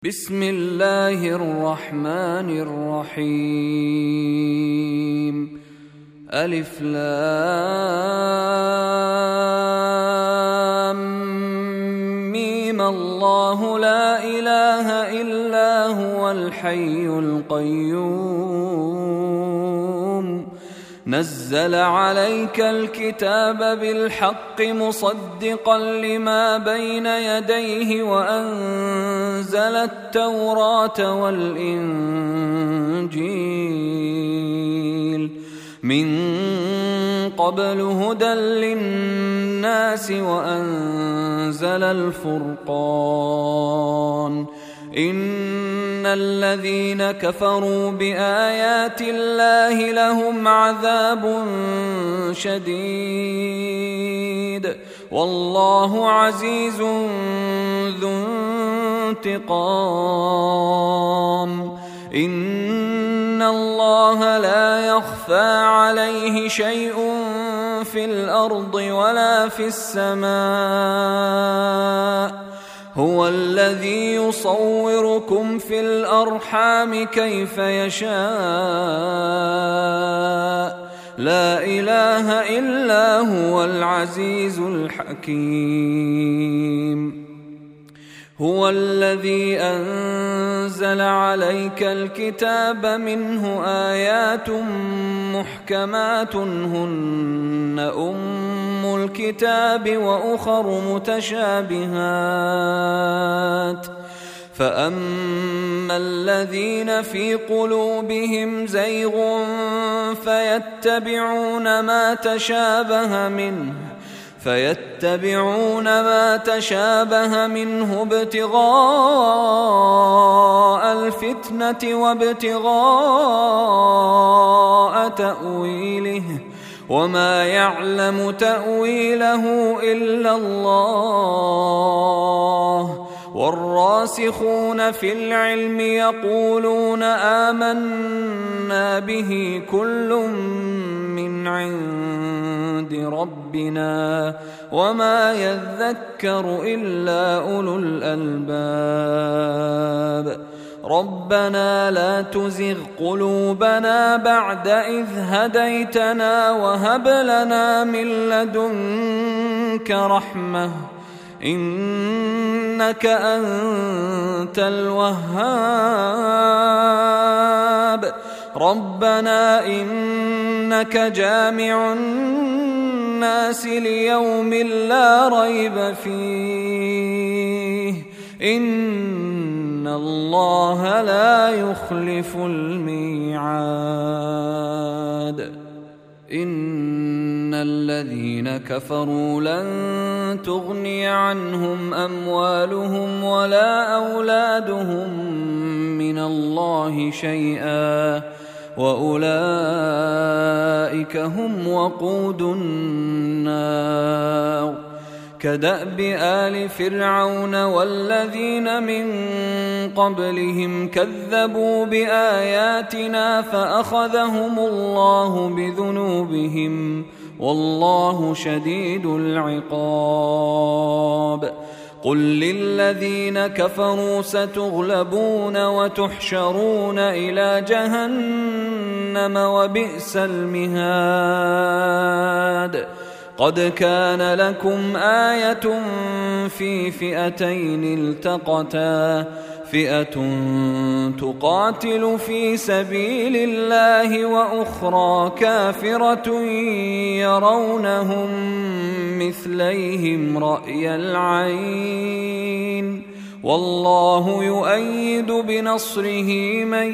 بسم الله الرحمن الرحيم. ألف لام ميم. الله لا إله إلا هو الحي القيوم. نزل عليك الكتاب بالحق مصدقا لما بين يديه وأنزل التوراة والإنجيل من قبل هدى للناس وأنزل الفرقان. إن الذين كفروا بآيات الله لهم عذاب شديد والله عزيز ذو انتقام. إن الله لا يخفى عليه شيء في الأرض ولا في السماء. هو الذي يصوركم في الأرحام كيف يشاء. لا إله إلا هو العزيز الحكيم. هو الذي أنزل عليك الكتاب منه آيات محكمات هن أم الكتاب وأخر متشابهات. فأما الذين في قلوبهم زيغ فيتبعون ما تشابه منه ابتغاء الفتنة وابتغاء تأويله وما يعلم تأويله إلا الله. والراسخون في العلم يقولون آمنا به كل من عند ربنا وما يذكر إلا أولو الألباب. ربنا لا تزغ قلوبنا بعد إذ هديتنا وهب لنا من لدنك رحمة إنك أنت الوهاب. ربنا إنك جامع الناس ليوم لا ريب فيه إن الله لا يخلف الميعاد. إن الذين كفروا لن تغني عنهم أموالهم ولا أولادهم من الله شيئا وأولئك هم وقود النار. كدأب آل فرعون والذين من قبلهم كذبوا بآياتنا فأخذهم الله بذنوبهم والله شديد العقاب. قل للذين كفروا ستغلبون وتحشرون إلى جهنم وبئس المهاد. قد كان لكم آية في فئتين التقتا فئة تقاتل في سبيل الله وأخرى كافرة يرونهم مثليهم رأي العين والله يؤيد بنصره من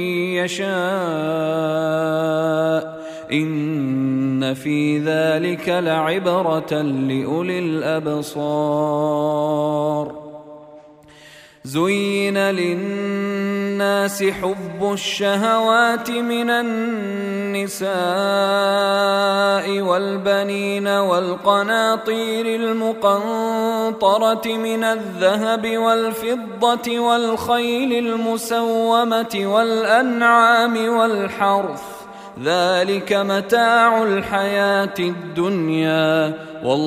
يشاء. إن في ذلك لعبرة لأولي الأبصار. زين للناس حب الشهوات من النساء والبنين والقناطير المقنطرة من الذهب والفضة والخيل المسومة والأنعام والحرث ذلك متاع الحياة الدنيا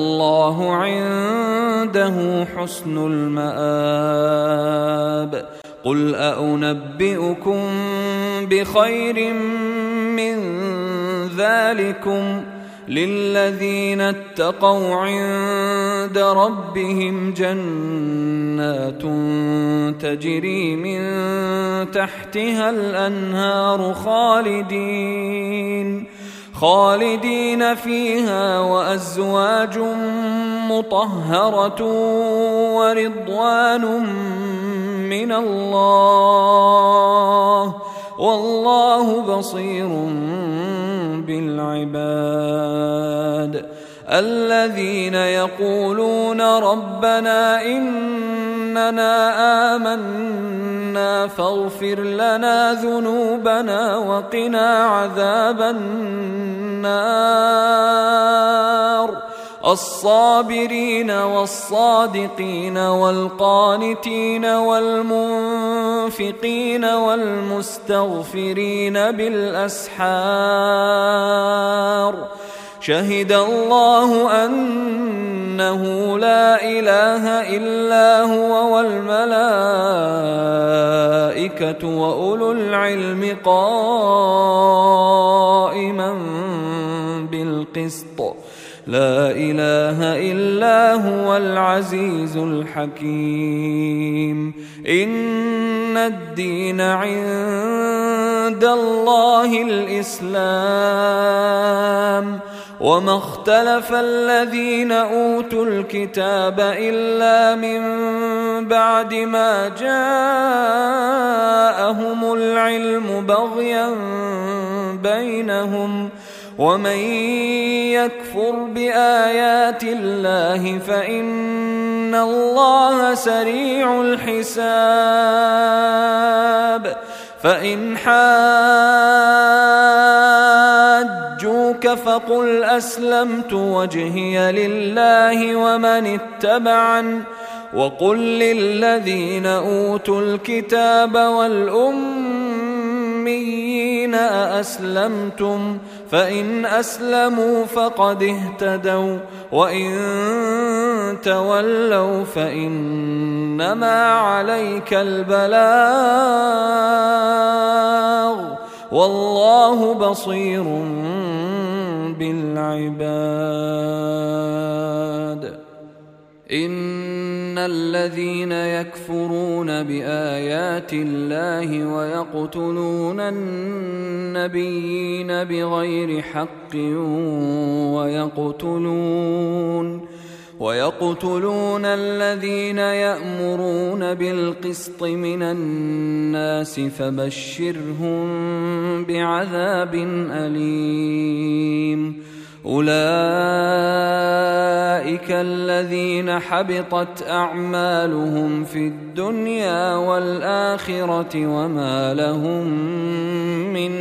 والله عنده حسن المآب قل أأنبئكم بخير من ذلكم للذين اتقوا عند ربهم جنات تجري من تحتها الأنهار خالدين فيها وأزواج مطهرة ورضوان من الله والله بصير بالعباد. الذين يقولون ربنا إننا آمنا فاغفر لنا ذنوبنا وقنا عذاب النار. الصابرين والصادقين والقانتين والمنفقين والمستغفرين بالأسحار. شهد الله أنه لا إله إلا هو والملائكة وأولو العلم قائما بالقسط لا إله إلا هو العزيز الحكيم. إن الدين عند الله الإسلام وما اختلف الذين أوتوا الكتاب إلا من بعد ما جاءهم العلم بغيا بينهم ومن يكفر بآيات الله فإن الله سريع الحساب. فإن حاجوك فقل أسلمت وجهي لله ومن اتبعن وقل للذين أوتوا الكتاب والأميين أأسلمتم فإن أسلموا فقد اهتدوا وإن تولوا فإنما عليك البلاغ والله بصير بالعباد. إن الذين يكفرون بآيات الله ويقتلون النبيين بغير حق ويقتلون الذين يأمرون بالقسط من الناس فبشرهم بعذاب أليم. أولئك الذين حبطت أعمالهم في الدنيا والآخرة وما لهم من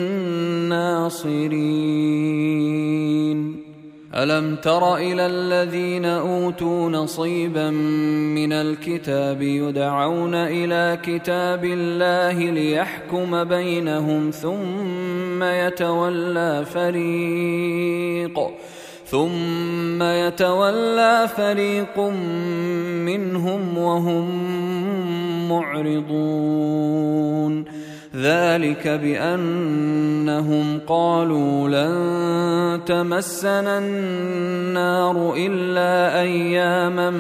ناصرين. ألم تر إلى الذين أوتوا نصيبا من الكتاب يدعون إلى كتاب الله ليحكم بينهم ثم يتولى فريق منهم وهم معرضون. ذلك بأنهم قالوا لن تمسنا النار إلا أياما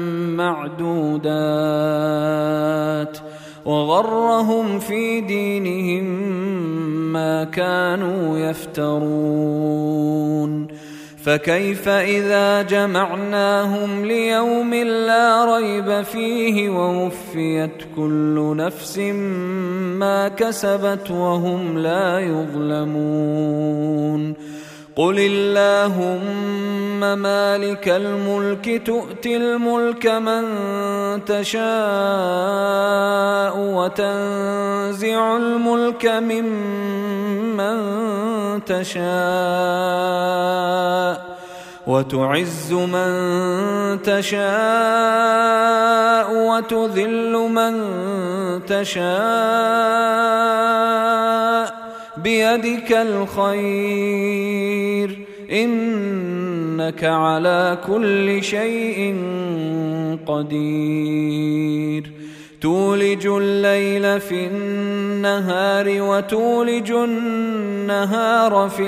معدودات وغرهم في دينهم ما كانوا يفترون. فكيف إذا جمعناهم ليوم لا ريب فيه ووفيت كل نفس ما كسبت وهم لا يظلمون. قل اللهم مالك الملك تؤتي الملك من تشاء وتنزع الملك ممن تشاء وتعز من تشاء وتذل من تشاء بيدك الخير إنك على كل شيء قدير. تولج الليل في النهار وتولج النهار في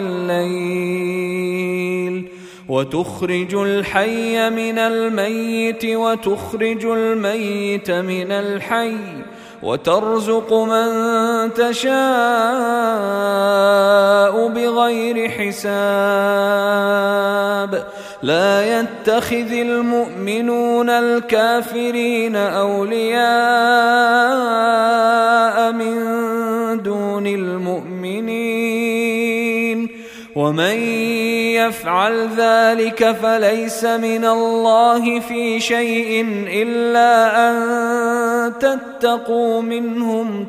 الليل وتخرج الحي من الميت وتخرج الميت من الحي وترزق من تشاء بغير حساب لا يتخذ المؤمنون الكافرين أولياء من دون المؤمنين ومن يفعل ذلك فليس من الله في شيء إلا أن تتقوا منهم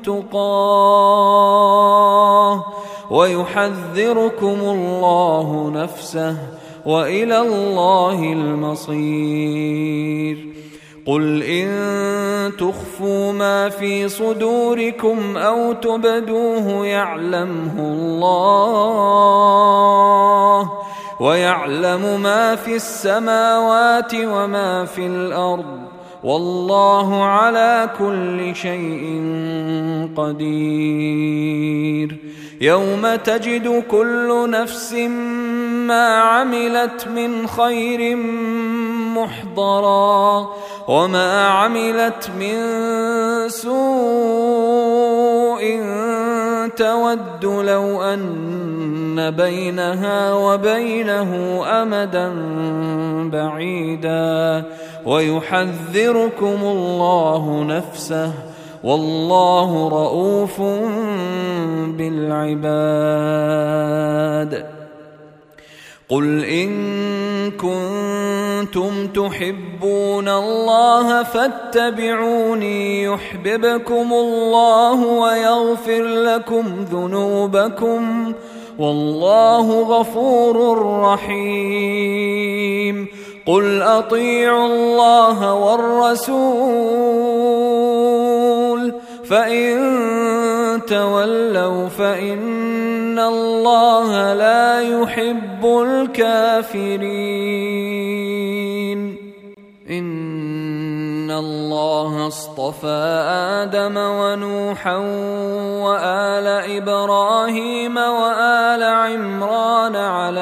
تقاه ويحذركم الله نفسه وإلى الله المصير قل إن تخفوا ما في صدوركم أو تبدوه يعلمه الله ويعلم ما في السماوات وما في الأرض والله على كل شيء قدير يوم تجد كل نفس ما عملت من خير محضرا وما عملت من سوء تود لو أن بينها وبينه أمدا بعيدا ويحذركم الله نفسه والله رؤوف بالعباد قل إن كنتم تحبون الله فاتبعوني يحببكم الله ويغفر لكم ذنوبكم والله غفور رحيم قل أطيعوا الله والرسول فإن تولوا فإن الله لا يحب الكافرين إن الله اصطفى آدم ونوحا وآل إبراهيم وآل عمران على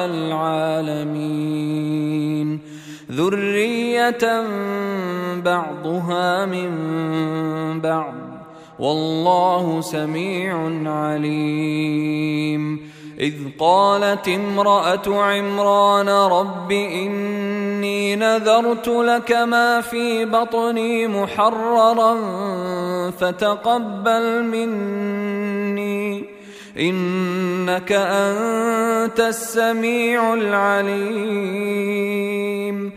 العالمين ذرية بعضها من بعض والله سميع عليم إذ قالت امرأة عمران رب إني نذرت لك ما في بطني محررا فتقبل مني إنك أنت السميع العليم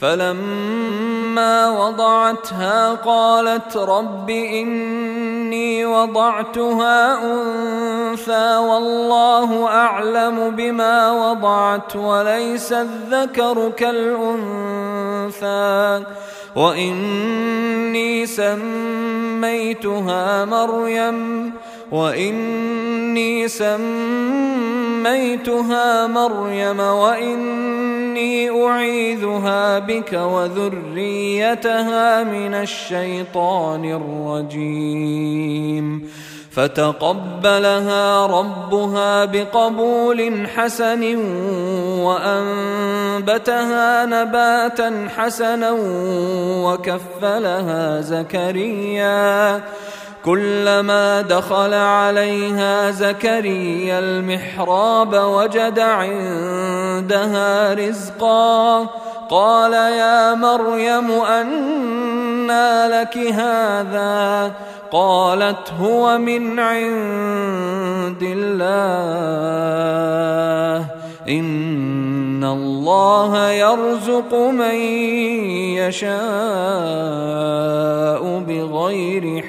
فلما وضعتها قالت رب إني وضعتها أنثى والله أعلم بما وضعت وليس الذكر كالأنثى وإني سميتها مريم وإني أعيذها بك وذريتها من الشيطان الرجيم فتقبلها ربها بقبول حسن وأنبتها نباتا حسنا وكفلها زكريا كلما دخل عليها زكريا المحراب وجد عندها رزقا قال يا مريم أنى لك هذا قالت هو من عند الله إن الله يرزق من يشاء بغير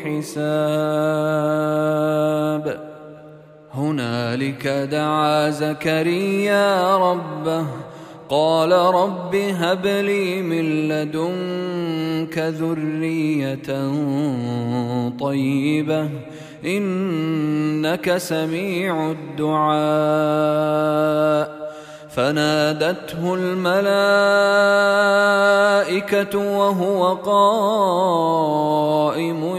حساب هنالك دعا زكريا ربه قال رب هب لي من لدنك ذرية طيبة إنك سميع الدعاء فنادته الملائكة وهو قائم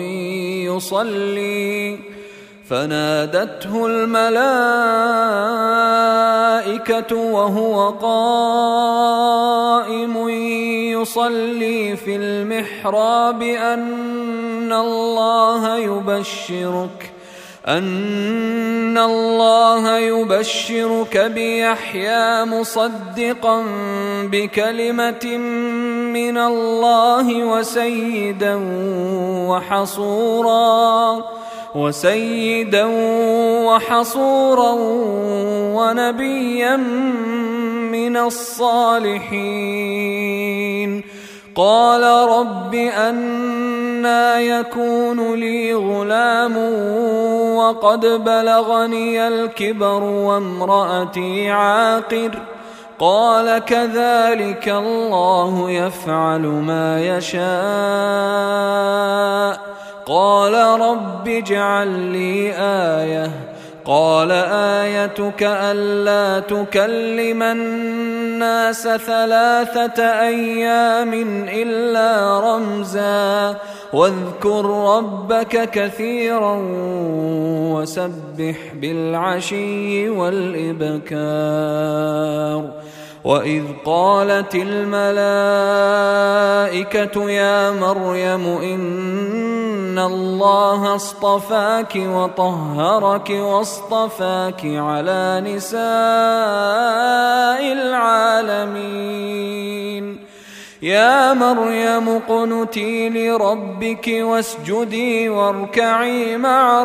يصلي في المحراب أن الله يبشرك بيحيى مصدقا بكلمة من الله وسيدا وحصورا ونبيا من الصالحين. قال رب أنى يكون لي غلام وقد بلغني الكبر وامرأتي عاقر؟ قال كذلك الله يفعل ما يشاء. قال رب اجعل لي آية. قال آيتك ألا تكلم الناس 3 أيام إلا رمزا واذكر ربك كثيرا وسبح بالعشي والإبكار. وإذ قالت الملائكة يا مريم إن الله اصطفاك وطهرك واصطفاك على نساء العالمين. يا مريم اقنتي لربك واسجدي واركعي مع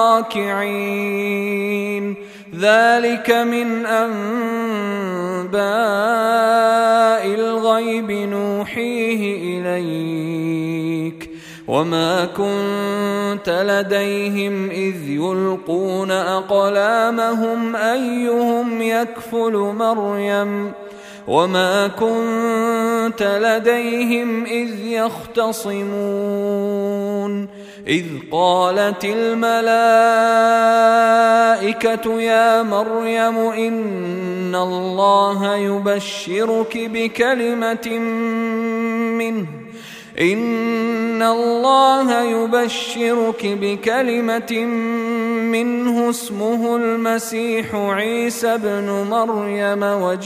الراكعين. ذلك من أنباء الغيب نوحيه إليك وما كنت لديهم إذ يلقون أقلامهم أيهم يكفل مريم وما كنت لديهم إذ يختصمون. إذ قالت الملائكة يا مريم إن الله يبشرك بكلمة منه اسمه المسيح عيسى ابن مريم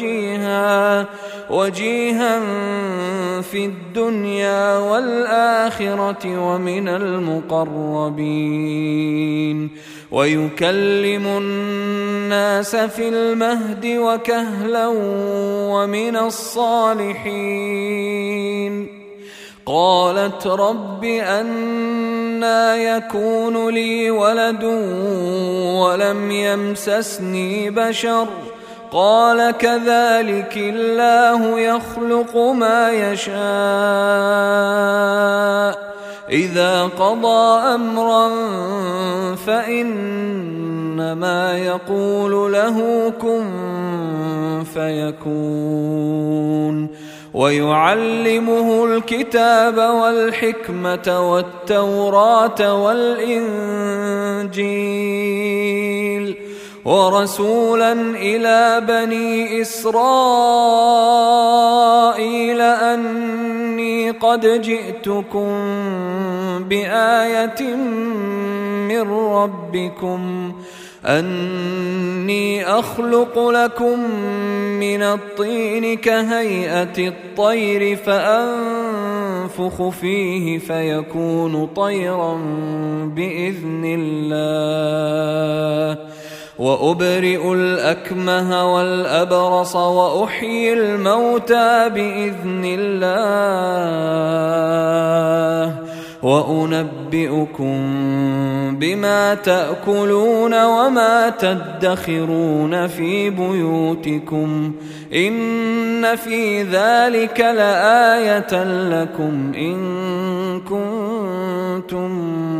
وجيها في الدنيا والآخرة ومن المقربين ويكلم الناس في المهد وكهلا ومن الصالحين. قالت رب أنى يكون لي ولد ولم يمسسني بشر؟ قال كذلك الله يخلق ما يشاء إذا قضى أمرا فإنما يقول له كن فيكون. ويعلمه الكتاب والحكمة والتوراة والإنجيل ورسولا إلى بني إسرائيل أني قد جئتكم بآية من ربكم أني أخلق لكم من الطين كهيئة الطير فأنفخ فيه فيكون طيرا بإذن الله وأبرئ الأكمه والأبرص وأحيي الموتى بإذن الله وأنبئكم بما تأكلون وما تدخرون في بيوتكم إن في ذلك لآية لكم إن كنتم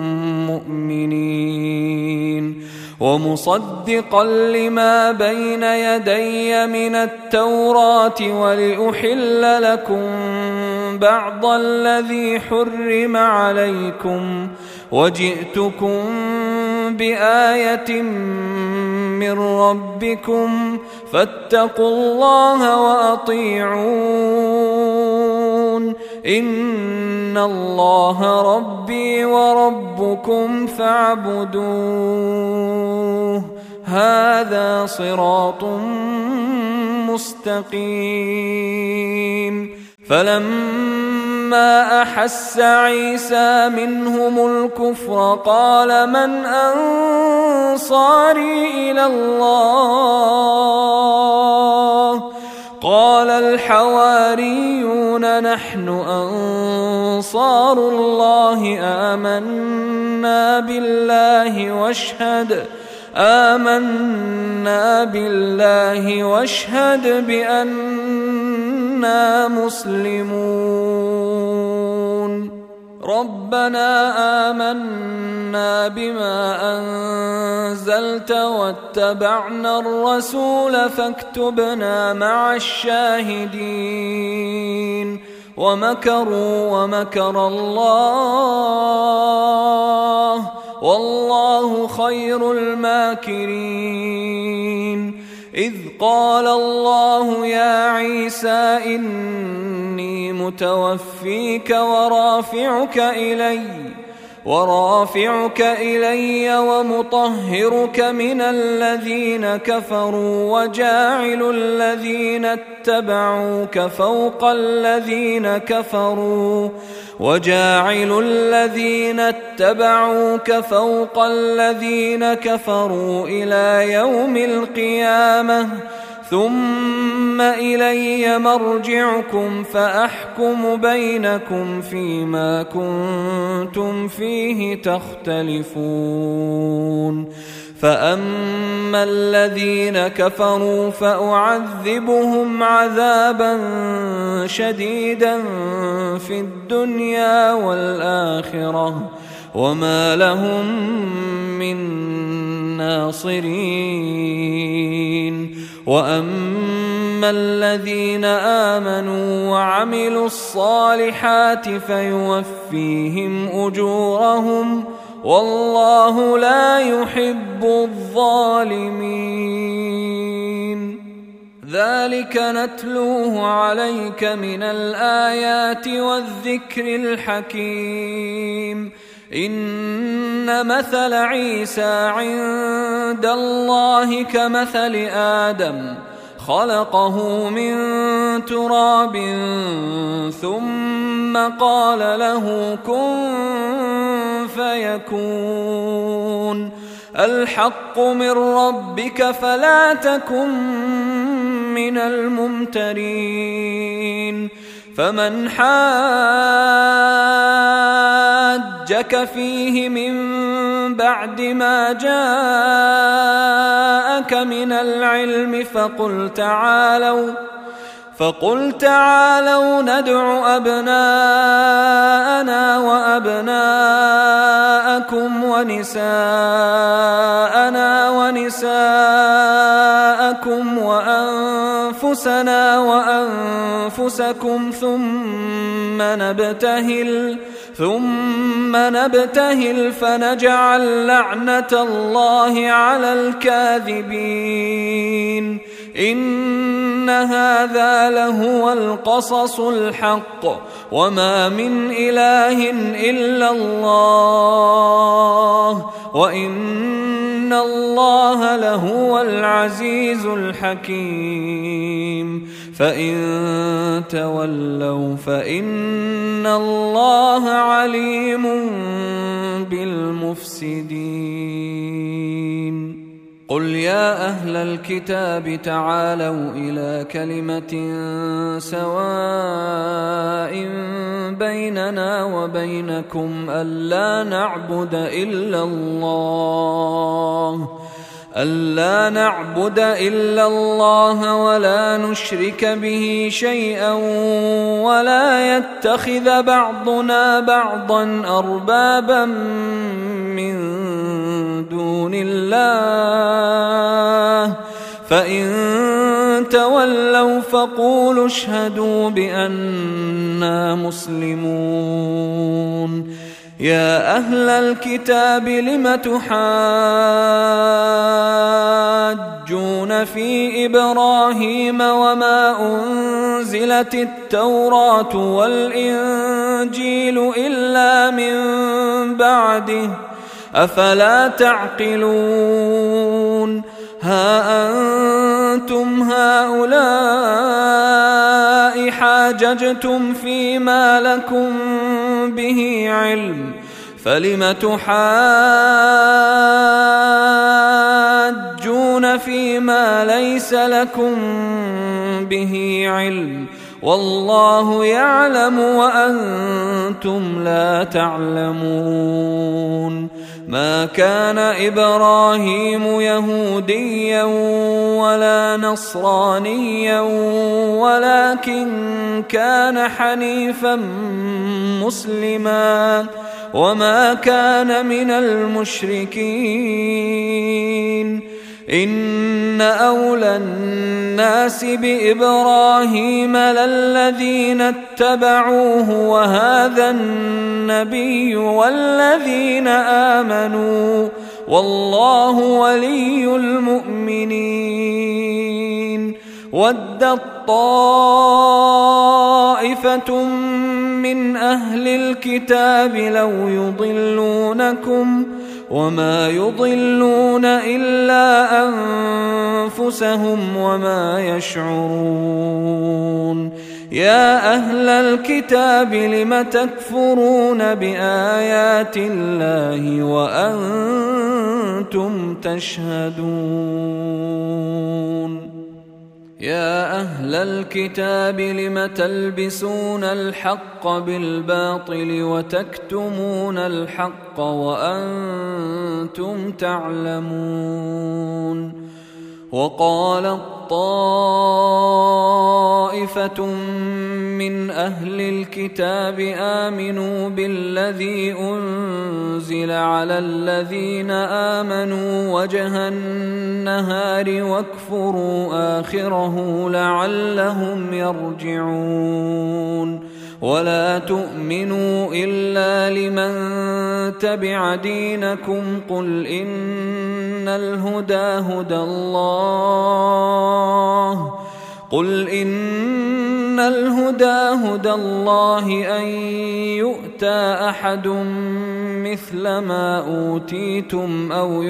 مؤمنين. ومصدقا لما بين يدي من التوراة ولأحل لكم بعض الذي حرم عليكم وجئتكم بآية من ربكم فاتقوا الله وأطيعون إن الله ربي وربكم فاعبدوه هذا صراط مستقيم. فلما أحس عيسى منهم الكفر قال من أنصاري إلى الله قال الحواريون نحن أنصار الله آمنا بالله واشهد بأننا مسلمون. ربنا آمنا بما أنزلت واتبعنا الرسول فاكتبنا مع الشاهدين. ومكروا ومكر الله والله خير الماكرين. إذ قال الله يا عيسى إني متوفيك ورافعك إلي ومطهرك من الذين كفروا وجاعل الذين اتبعوك فوق الذين كفروا إلى يوم القيامة ثم إلي مرجعكم فأحكم بينكم فيما كنتم فيه تختلفون. فأما الذين كفروا فأعذبهم عذابا شديدا في الدنيا والآخرة وما لهم من ناصرين. وأما الذين آمنوا وعملوا الصالحات فيوفيهم أجورهم والله لا يحب الظالمين. ذلك نتلوه عليك من الآيات والذكر الحكيم. إن مثل عيسى عند الله كمثل آدم خلقه من تراب ثم قال له كن فيكون. الحق من ربك فلا تكن من الممترين. فمن حاجك فيه من بعد ما جاءك من العلم فقل تعالوا ندع أبناءنا وأبناءكم ونساءنا ونساءكم وأنفسنا وأنفسكم ثم نبتهل فنجعل لعنة الله على الكاذبين. إن هذا لهو القصص الحق وما من إله إلا الله وإن الله لهو العزيز الحكيم. فإن تولوا فإن الله عليم بالمفسدين. قل يا أهل الكتاب تعالوا إلى كلمة سواء بيننا وبينكم ألا نعبد إلا الله ولا نشرك به شيئا ولا يتخذ بعضنا بعضا أربابا من دون الله. فإن تولوا فقولوا اشهدوا بأننا مسلمون. يا أهل الكتاب لم تحاجون في إبراهيم وما أنزلت التوراة والإنجيل إلا من بعده أفلا تعقلون ها أنتم هؤلاء حاججتم فيما لكم به علم فلم تحاجون فيما ليس لكم به علم والله يعلم وأنتم لا تعلمون ما كان إبراهيم يهوديا ولا نصرانيا ولكن كان حنيفا مسلما وما كان من المشركين إن أولى الناس بإبراهيم للذين اتبعوه وهذا النبي والذين آمنوا والله ولي المؤمنين ودت طائفة من أهل الكتاب لو يضلونكم وما يضلون إلا أنفسهم وما يشعرون يا أهل الكتاب لم تكفرون بآيات الله وأنتم تشهدون يا أهل الكتاب لم تلبسون الحق بالباطل وتكتمون الحق وأنتم تعلمون وقالت طائفة من أهل الكتاب آمنوا بالذي أنزل على الذين آمنوا وجه النهار واكفروا آخره لعلهم يرجعون ولا تؤمنوا إلا لمن تبع دينكم قل إن الهدى هدى الله أن يؤتى أحد مثل ما أوتيتم أو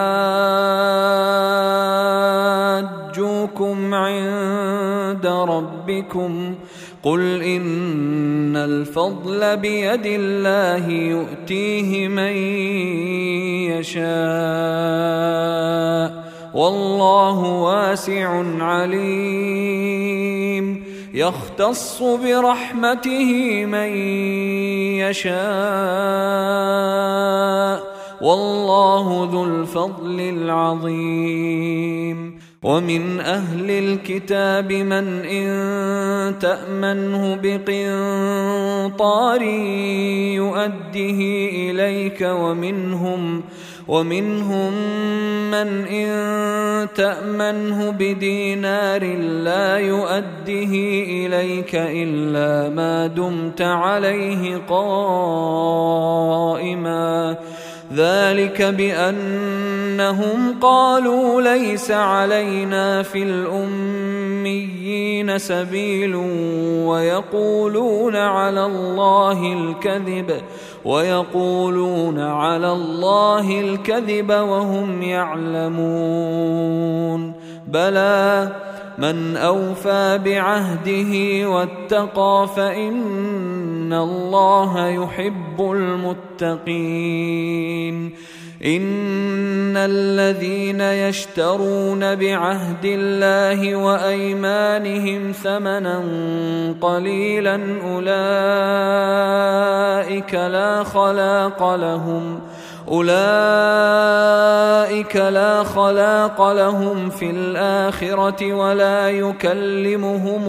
يحاجوكم عند ربكم قل إن الفضل بيد الله يؤتيه من يشاء والله واسع عليم يختص برحمته من يشاء والله ذو الفضل العظيم ومن أهل الكتاب من إن تأمنه بقنطار يؤده إليك ومنهم من إن تأمنه بدينار لا يؤده إليك إلا ما دمت عليه قائما ذلك بأنهم قالوا ليس علينا في الأميين سبيل ويقولون على الله الكذب وهم يعلمون بلى من أوفى بعهده واتقى فإن الله يحب المتقين إن الذين يشترون بعهد الله وأيمانهم ثمنا قليلا أولئك لا خلاق لهم في الآخرة ولا يكلمهم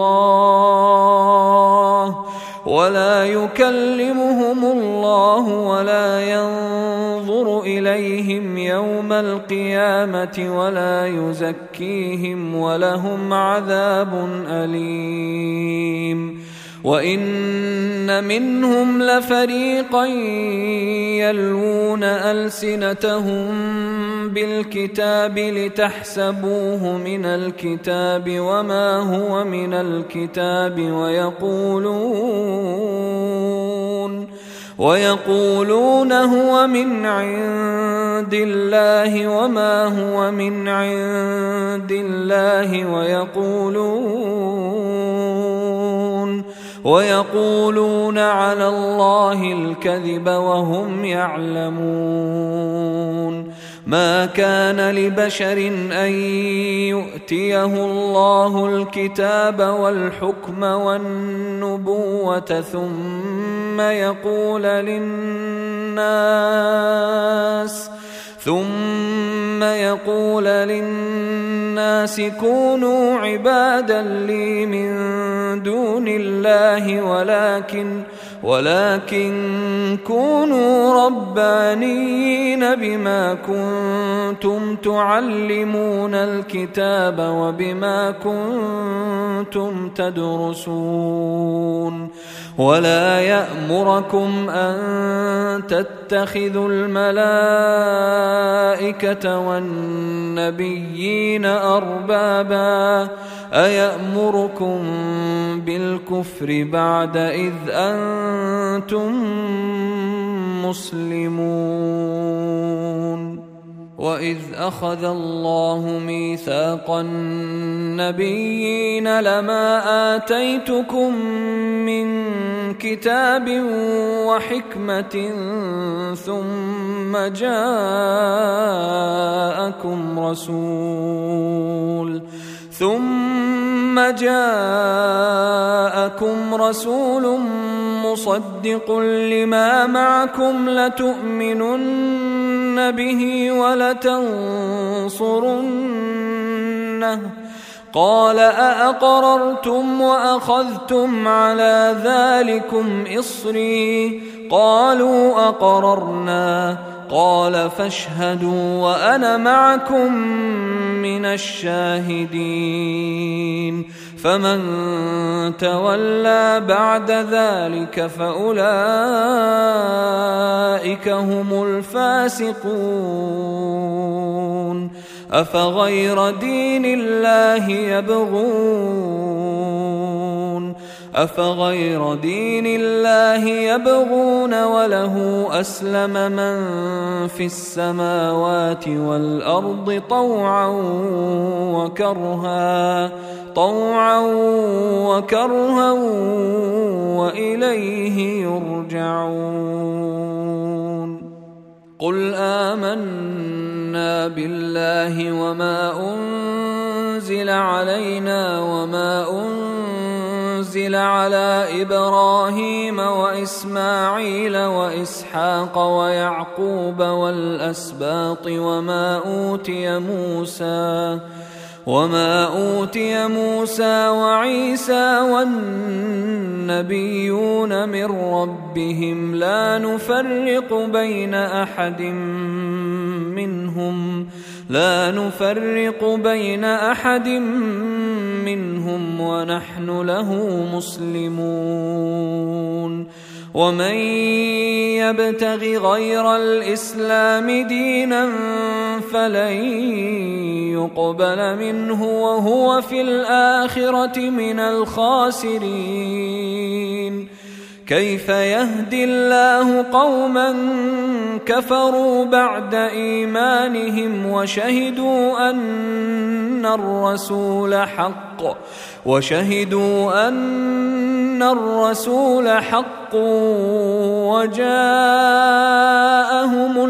الله ولا ينظر إليهم يوم القيامة ولا يزكيهم ولهم عذاب أليم وإن منهم لفريقا يلوون ألسنتهم بالكتاب لتحسبوه من الكتاب وما هو من الكتاب ويقولون هو من عند الله وما هو من عند الله ويقولون على الله الكذب وهم يعلمون. ما كان لبشر أن يؤتيه الله الكتاب والحكم والنبوة ثم يقول للناس كونوا عبادا لي من دون الله ولكن كونوا ربانيين بما كنتم تعلمون الكتاب وبما كنتم تدرسون. ولا يأمركم أن تتخذوا الملائكة والنبيين أربابا أيأمركم بالكفر بعد إذ أنتم مسلمون. وإذ أخذ الله ميثاق النبيين لما آتيتكم من كتاب وحكمة ثم جاءكم رسول مصدق لما معكم لتؤمنن به ولتنصرنه قال أأقررتم وأخذتم على ذلكم إصري قالوا أقررنا قال فاشهدوا وأنا معكم من الشاهدين. فمن تولى بعد ذلك فأولئك هم الفاسقون. أفغير دين الله يبغون وله أسلم من في السماوات والأرض طوعا وكرها وإليه يرجعون. قل آمنا بالله وما أنزل علينا وما أنزل على إبراهيم وإسماعيل وإسحاق ويعقوب والأسباط وما أوتي موسى وعيسى والنبيون من ربهم لا نفرق بين أحد منهم ونحن له مسلمون. ومن يبتغ غير الإسلام دينا فلن يقبل منه وهو في الآخرة من الخاسرين. كيف يهدي الله قوما كفروا بعد إيمانهم وشهدوا أن الرسول حق وجاءهم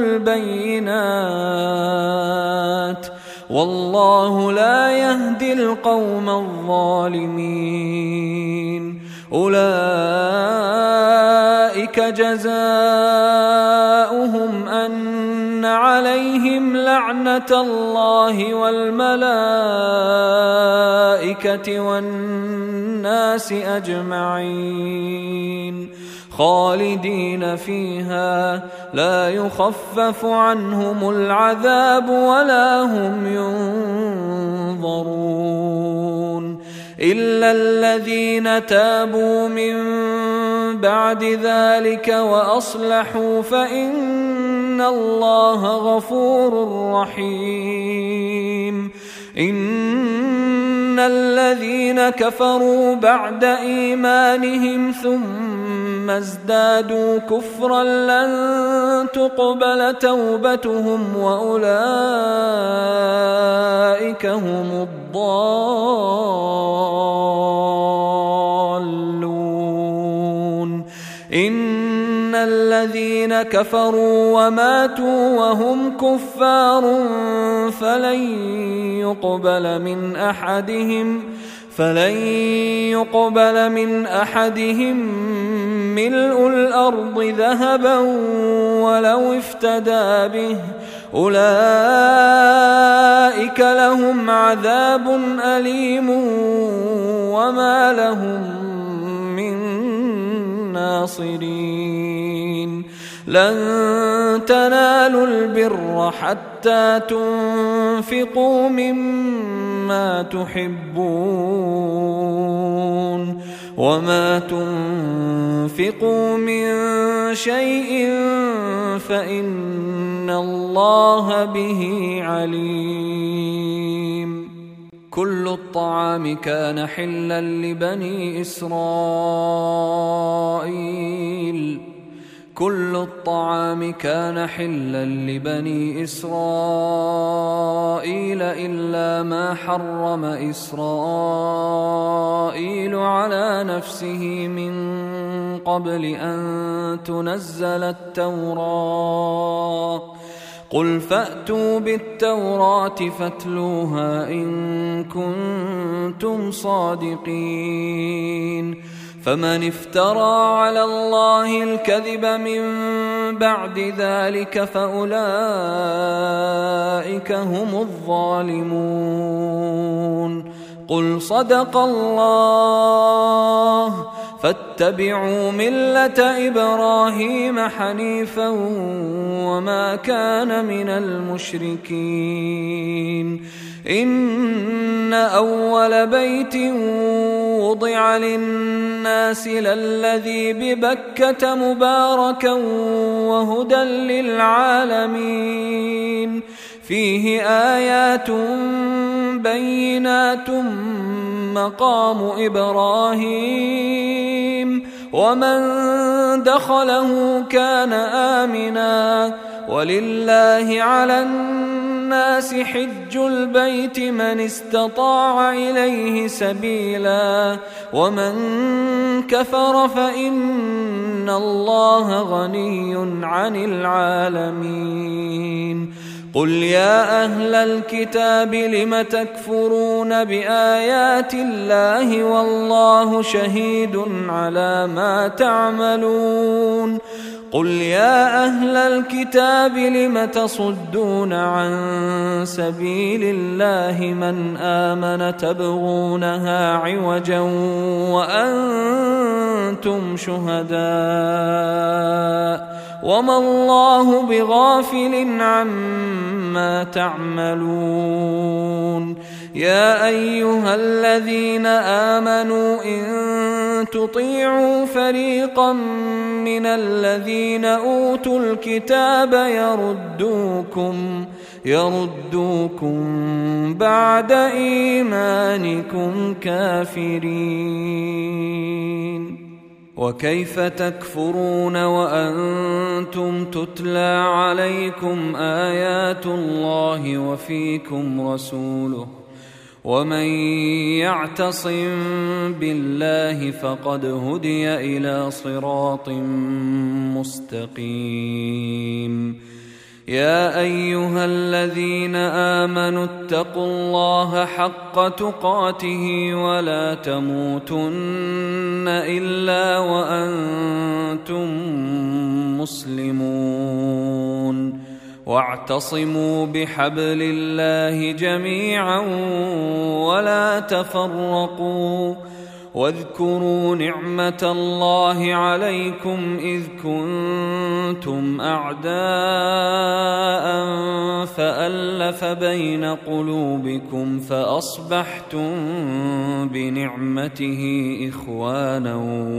البينات والله لا يهدي القوم الظالمين. أولئك جزاؤهم أن عليهم لعنة الله والملائكة والناس أجمعين خالدين فيها لا يخفف عنهم العذاب ولا هم ينظرون. إلا الذين تابوا من بعد ذلك وأصلحوا فإن الله غفور رحيم. إن الذين كفروا بعد إيمانهم ثم ازدادوا كفرا لن تقبل توبتهم وأولئك هم الضالون. إن الذين كفروا وماتوا وهم كفار فلن يقبل من أحدهم ملء الأرض ذهبا ولو افتدى به أولئك لهم عذاب أليم وما لهم من ناصرين. لن تنالوا البر حتى تنفقوا مما تحبون وما تنفقوا من شيء فإن الله به عليم. كل الطعام كان حلا لبني إسرائيل إلا ما حرم إسرائيل على نفسه من قبل أن تنزل التوراة. قل فأتوا بالتوراة فاتلوها إن كنتم صادقين. فمن افترى على الله الكذب من بعد ذلك فأولئك هم الظالمون. قل صدق الله فاتبعوا ملة إبراهيم حنيفا وما كان من المشركين. إن أول بيت وضع للناس للذي ببكة مباركا وهدى للعالمين. فيه آيات بينات مقام إبراهيم ومن دخله كان آمنا. ولله على الناس حج البيت من استطاع إليه سبيلا ومن كفر فإن الله غني عن العالمين. قل يا أهل الكتاب لم تكفرون بآيات الله والله شهيد على ما تعملون. قل يا أهل الكتاب لم تصدون عن سبيل الله من آمن تبغونها عوجا وأنتم شهداء وما الله بغافل عما تعملون. يا أيها الذين آمنوا إن تطيعوا فريقا من الذين أوتوا الكتاب يردوكم بعد إيمانكم كافرين. وكيف تكفرون وأنتم تتلى عليكم آيات الله وفيكم رسوله ومن يعتصم بالله فقد هدي إلى صراط مستقيم. يا أيها الذين آمنوا اتقوا الله حق تقاته ولا تموتن إلا وأنتم مسلمون. واعتصموا بحبل الله جميعا ولا تفرقوا. واذكروا نعمة الله عليكم إذ كنتم أعداء فألف بين قلوبكم فأصبحتم بنعمته إخوانا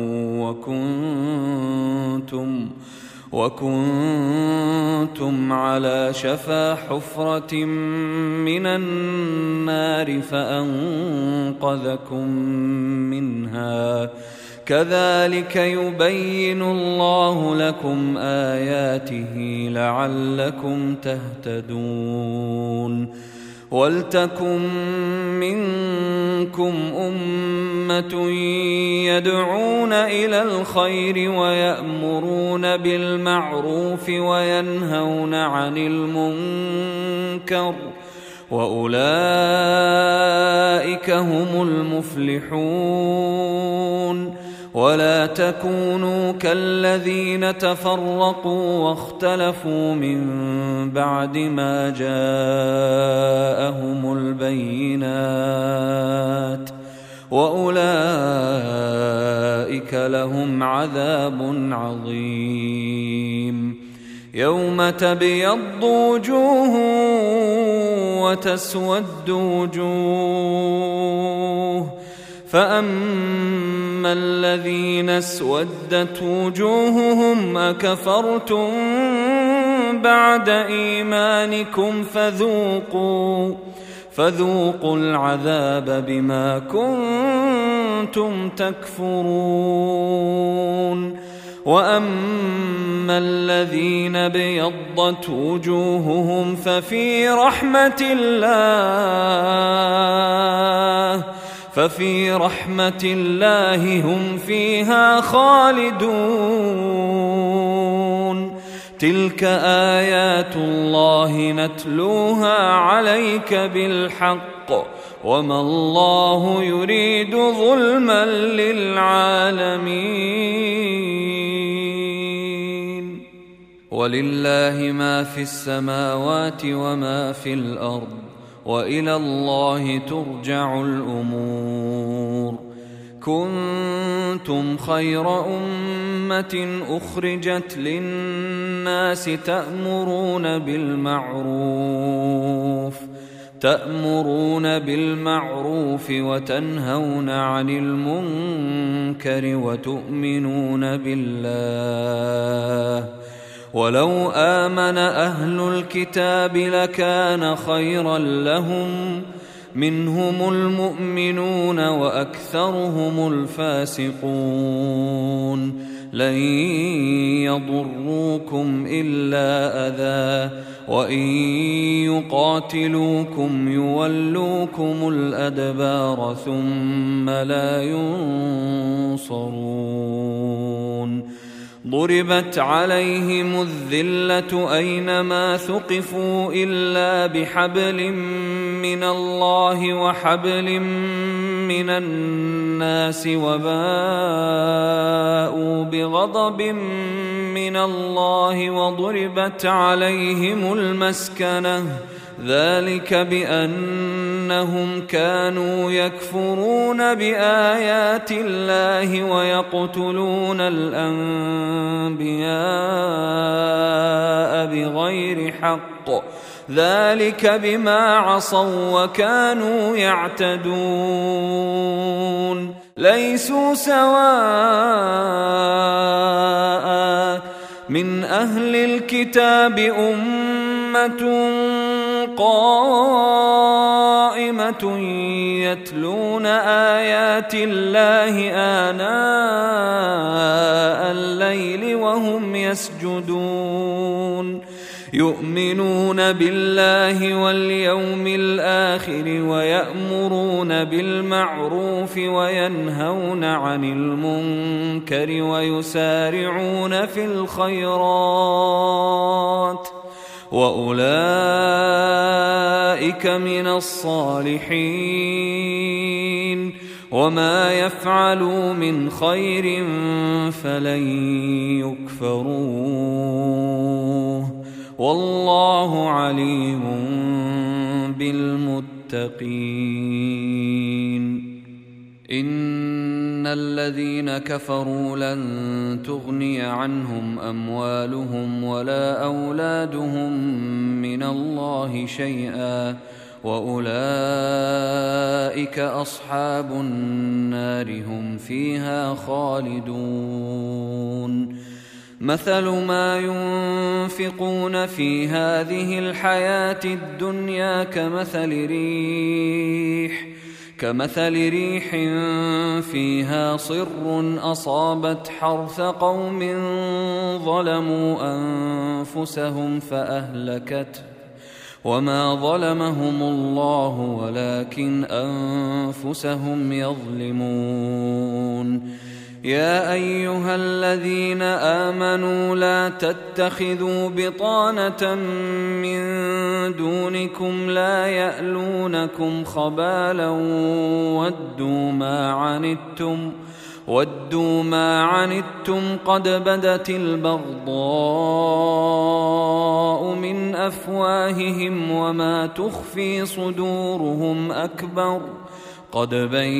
وكنتم على شفا حفرة من النار فأنقذكم منها كذلك يبين الله لكم آياته لعلكم تهتدون ولتكن منكم أمة يدعون إلى الخير ويأمرون بالمعروف وينهون عن المنكر وأولئك هم المفلحون ولا تكونوا كالذين تفرقوا واختلفوا من بعد ما جاءهم البينات وأولئك لهم عذاب عظيم يوم تبيض وجوه وتسود وجوه فأما الذين اسودت وجوههم أكفرتم بعد إيمانكم فذوقوا العذاب بما كنتم تكفرون وأما الذين ابيضت وجوههم ففي رحمة الله هم فيها خالدون تلك آيات الله نتلوها عليك بالحق وما الله يريد ظلما للعالمين ولله ما في السماوات وما في الأرض وإلى الله ترجع الأمور كنتم خير أمة أخرجت للناس تأمرون بالمعروف وتنهون عن المنكر وتؤمنون بالله ولو آمن أهل الكتاب لكان خيرا لهم منهم المؤمنون وأكثرهم الفاسقون لن يضروكم إلا أذى وإن يقاتلوكم يولوكم الأدبار ثم لا ينصرون ضربت عليهم الذلة أينما ثقفوا إلا بحبل من الله وحبل من الناس وباءوا بغضب من الله وضربت عليهم المسكنة ذلك بأنهم كانوا يكفرون بآيات الله ويقتلون الأنبياء بغير حق ذلك بما عصوا وكانوا يعتدون ليسوا سواء من أهل الكتاب أمة قائمة يتلون آيات الله آناء الليل وهم يسجدون يؤمنون بالله واليوم الآخر ويأمرون بالمعروف وينهون عن المنكر ويسارعون في الخيرات وأولئك من الصالحين وما يفعلوا من خير فلن يكفروه والله عليم بالمتقين الذين كفروا لن تغني عنهم أموالهم ولا أولادهم من الله شيئا وأولئك أصحاب النار هم فيها خالدون مثل ما ينفقون في هذه الحياة الدنيا كمثل ريح فيها صر أصابت حرث قوم ظلموا أنفسهم فأهلكته وما ظلمهم الله ولكن أنفسهم يظلمون يا أيها الذين آمنوا لا تتخذوا بطانة من دونكم لا يألونكم خبالا ودوا ما عنتم قد بدت البغضاء من أفواههم وما تخفي صدورهم أكبر قد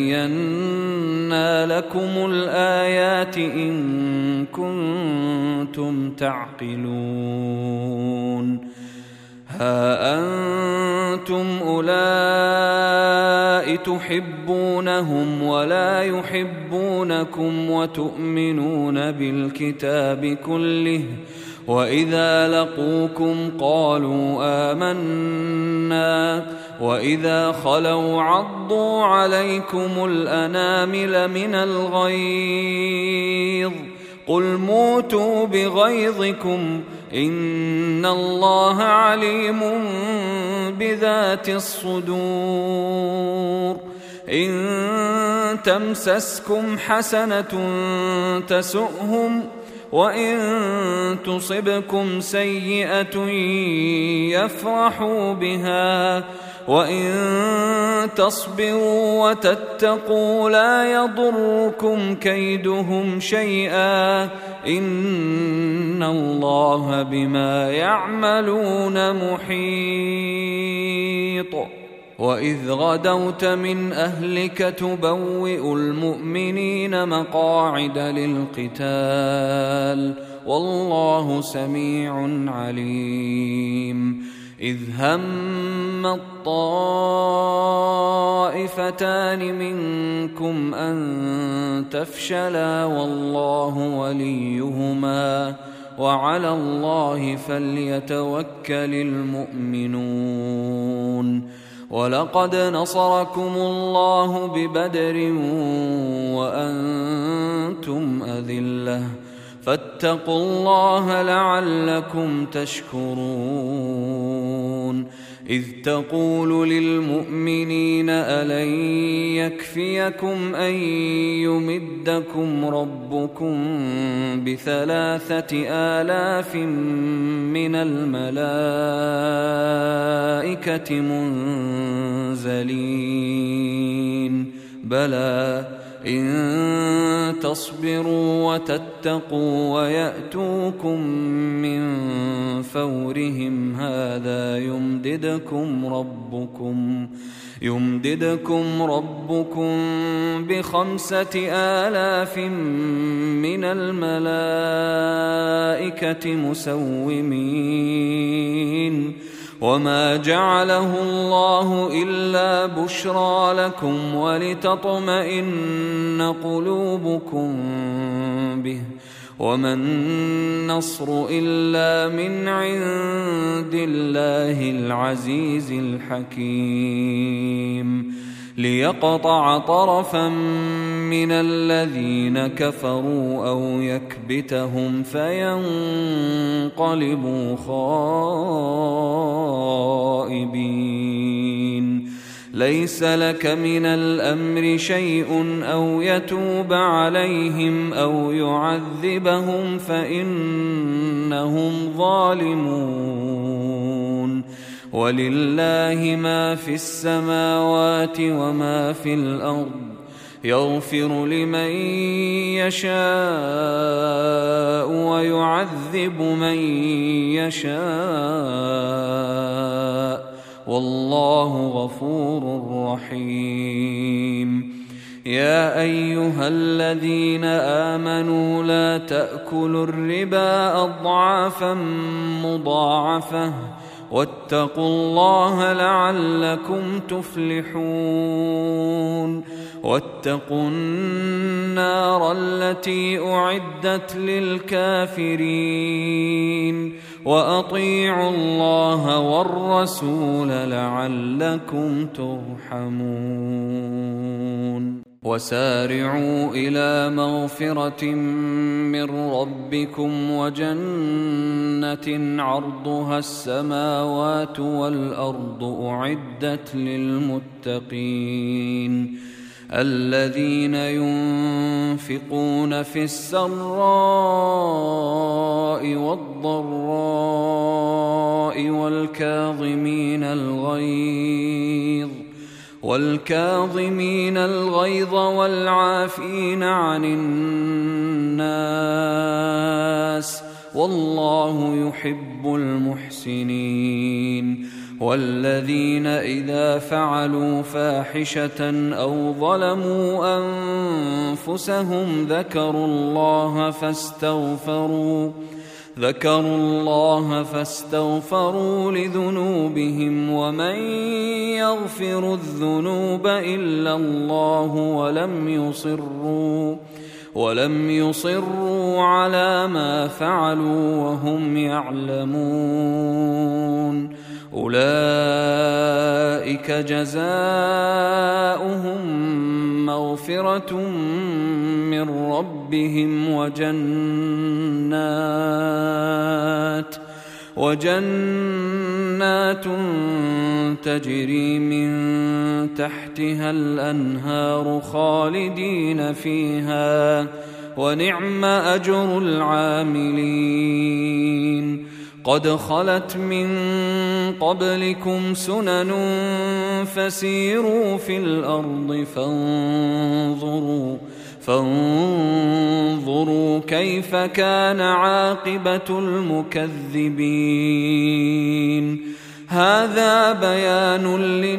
بينا لكم الآيات إن كنتم تعقلون ها أنتم أولئك تحبونهم ولا يحبونكم وتؤمنون بالكتاب كله وإذا لقوكم قالوا آمنا وإذا خلوا عضوا عليكم الأنامل من الغيظ قل موتوا بغيظكم إن الله عليم بذات الصدور إن تمسسكم حسنة تسؤهم وإن تصبكم سيئة يفرحوا بها وإن تصبروا وتتقوا لا يضركم كيدهم شيئا إن الله بما يعملون محيط وإذ غدوت من أهلك تبوئ المؤمنين مقاعد للقتال والله سميع عليم إذ هم الطائفتان منكم أن تفشلا والله وليهما وعلى الله فليتوكل المؤمنون ولقد نصركم الله ببدر وأنتم أذلة فاتقوا الله لعلكم تشكرون إذ تقول للمؤمنين ألن يكفيكم أن يمدكم ربكم ب3,000 من الملائكة منزلين بلى إن تصبروا وتتقوا ويأتوكم من فورهم هذا يمددكم ربكم ب5,000 من الملائكة مسومين وما جعله الله إلا بشرى لكم ولتطمئن قلوبكم به وما النصر إلا من عند الله العزيز الحكيم ليقطع طرفا من الذين كفروا أو يكبتهم فينقلبوا خائبين ليس لك من الأمر شيء أو يتوب عليهم أو يعذبهم فإنهم ظالمون ولله ما في السماوات وما في الأرض يغفر لمن يشاء ويعذب من يشاء والله غفور رحيم يا أيها الذين آمنوا لا تأكلوا الربا أضعافا مضاعفة واتقوا الله لعلكم تفلحون واتقوا النار التي أعدت للكافرين وأطيعوا الله والرسول لعلكم ترحمون وسارعوا إلى مغفرة من ربكم وجنة عرضها السماوات والأرض أعدت للمتقين الذين ينفقون في السراء والضراء والكاظمين الغيظ والعافين عن الناس والله يحب المحسنين والذين إذا فعلوا فاحشة أو ظلموا أنفسهم ذكروا الله فاستغفروا لذنوبهم ومن يغفر الذنوب إلا الله ولم يصروا على ما فعلوا وهم يعلمون أولئك جزاؤهم مغفرة من ربهم وجنات تجري من تحتها الأنهار خالدين فيها ونعم أجر العاملين قد خلت من قبلكم سنن فسيروا في الأرض فانظروا كيف كان عاقبة المكذبين هذا بيان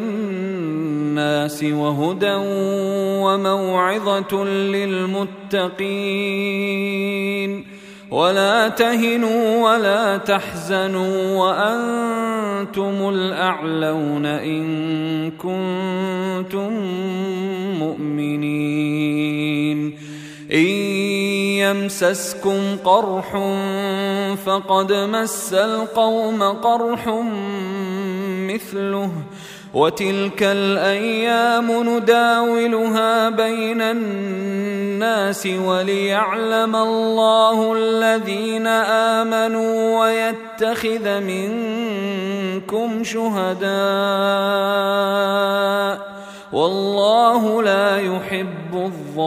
للناس وهدى وموعظة للمتقين ولا تهنوا ولا تحزنوا وأنتم الأعلون إن كنتم مؤمنين إن يمسسكم قرح فقد مس القوم قرح مثله وتلك الأيام نداولها بين الناس وليعلم الله الذين آمنوا ويتخذ منكم شهداء والله لا يحب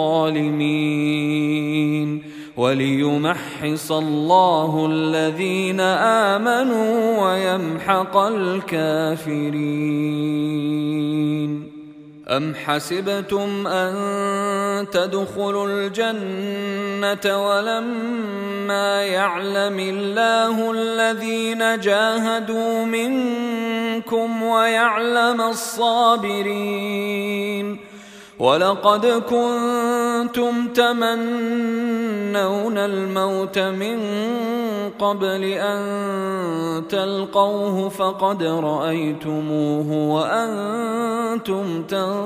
الظالمين وليمحص الله الذين آمنوا ويمحق الكافرين أم حسبتم أن تدخلوا الجنة ولما يعلم الله الذين جاهدوا منكم ويعلم الصابرين ولقد كنتم تمنون الموت من قبل أن تلقوه فقد رأيتموه وأنتم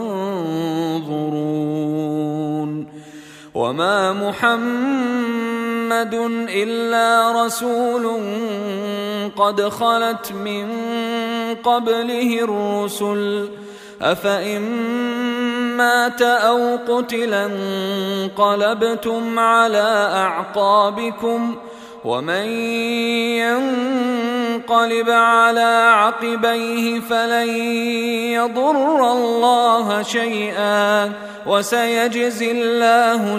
تنظرون وما محمد إلا رسول قد خلت من قبله الرسل أفإن مات أو قتل انقلبتم على أعقابكم ومن ينقلب على عقبيه فلن يضر الله شيئا وسيجزي الله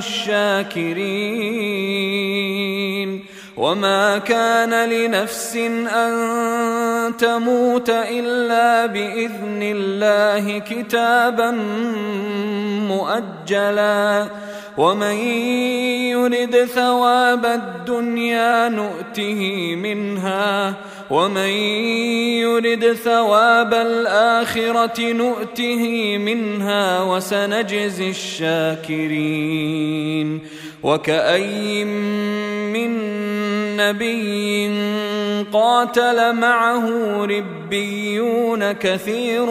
الشاكرين وما كان لنفس أن تموت إلا بإذن الله كتابا مؤجلا ومن يرد ثواب الدنيا نؤته منها ومن يرد ثواب الآخرة نؤته منها وسنجزي الشاكرين. وكأي من نبي قاتل معه ربيون كثير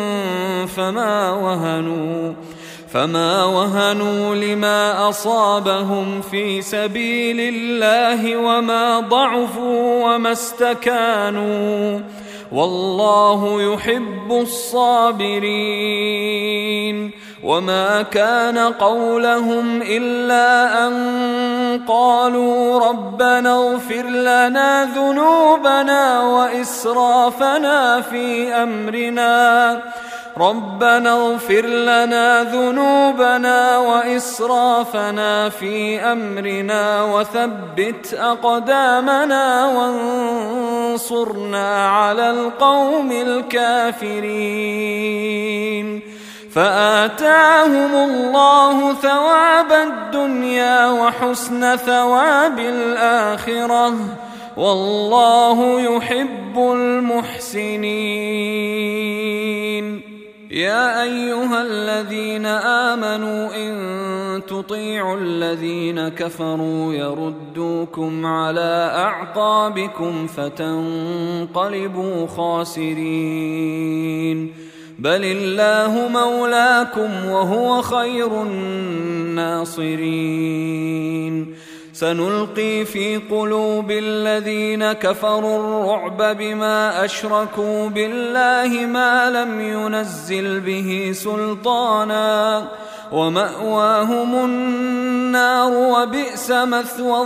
فما وهنوا لما أصابهم في سبيل الله وما ضعفوا وما استكانوا والله يحب الصابرين. وما كان قولهم إلا أن قالوا ربنا اغفر لنا ذنوبنا وإسرافنا في أمرنا وثبت أقدامنا وانصرنا على القوم الكافرين. فآتاهم الله ثواب الدنيا وحسن ثواب الآخرة والله يحب المحسنين. يا أيها الذين آمنوا إن تطيعوا الذين كفروا يردوكم على أعقابكم فتنقلبوا خاسرين. بل الله مولاكم وهو خير الناصرين. سنلقي في قلوب الذين كفروا الرعب بما أشركوا بالله ما لم ينزل به سلطانا ومأواهم النار وبئس مثوى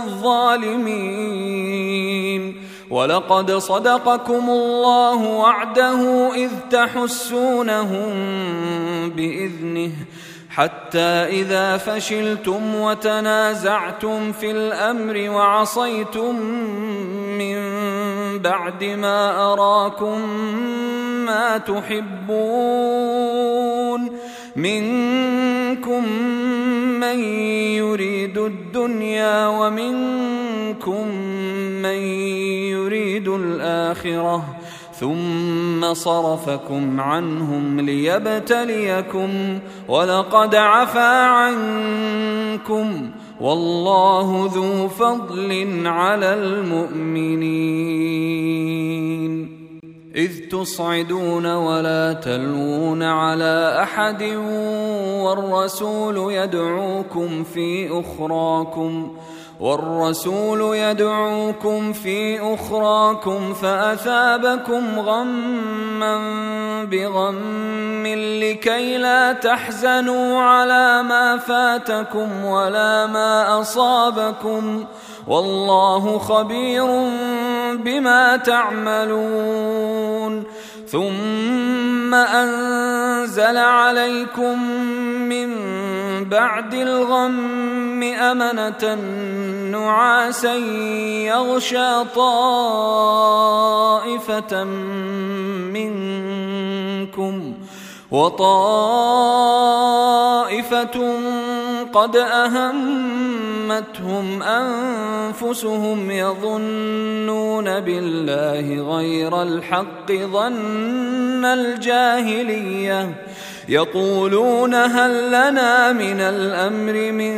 الظالمين. ولقد صدقكم الله وعده إذ تحسونهم بإذنه حتى إذا فشلتم وتنازعتم في الأمر وعصيتم من بعد ما أراكم ما تحبون منكم من يريد الدنيا ومنكم من يريد الآخرة ثم صرفكم عنهم ليبتليكم ولقد عفا عنكم والله ذو فضل على المؤمنين. إذ تصعدون ولا تلوون على أحد والرسول يدعوكم في أخراكم فأثابكم غما بغم لكي لا تحزنوا على ما فاتكم ولا ما أصابكم والله خبير بما تعملون. ثم أنزل عليكم من بعد الغم أمنة نعاسا يغشى طائفة منكم وطائفة قد أهمتهم أنفسهم يظنون بالله غير الحق ظن الجاهلية يقولون هل لنا من الأمر من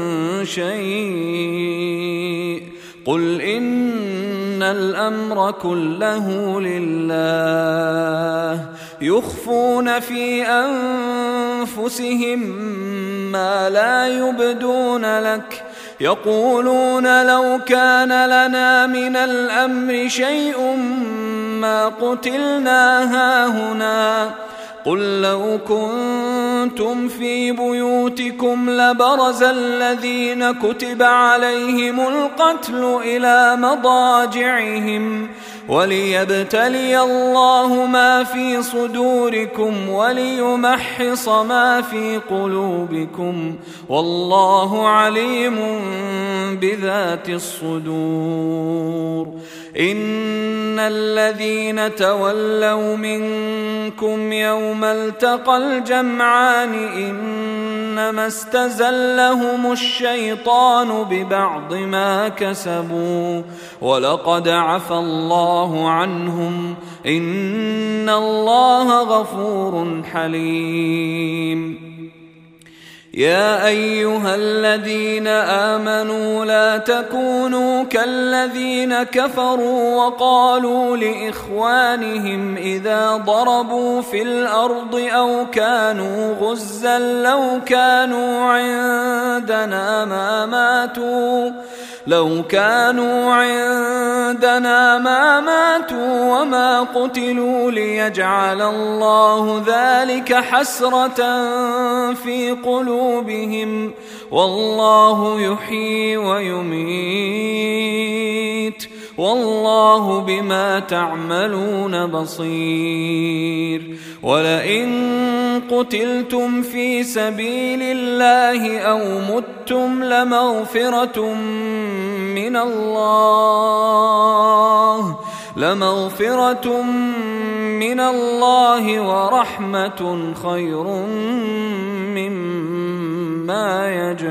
شيء قل إن الأمر كله لله يخفون في أنفسهم ما لا يبدون لك يقولون لو كان لنا من الأمر شيء ما قتلنا هاهنا قل لو كنتم في بيوتكم لبرز الذين كتب عليهم القتل إلى مضاجعهم وليبتلي الله ما في صدوركم وليمحص ما في قلوبكم والله عليم بذات الصدور. إن الذين تولوا منكم يوم التقى الجمعان إنما استزلهم الشيطان ببعض ما كسبوا ولقد عفى الله عنهم إن الله غفور حليم. يا أيها الذين آمنوا لا تكونوا كالذين كفروا وقالوا لإخوانهم إذا ضربوا في الأرض أو كانوا غزا لو كانوا عندنا ما ماتوا وما قتلوا ليجعل الله ذلك حسرة في قلوبهم والله يحيي ويميت والله بما تعملون بصير. ولئن قتلتم في سبيل الله أو متم لمغفرة من الله ورحمة خير مما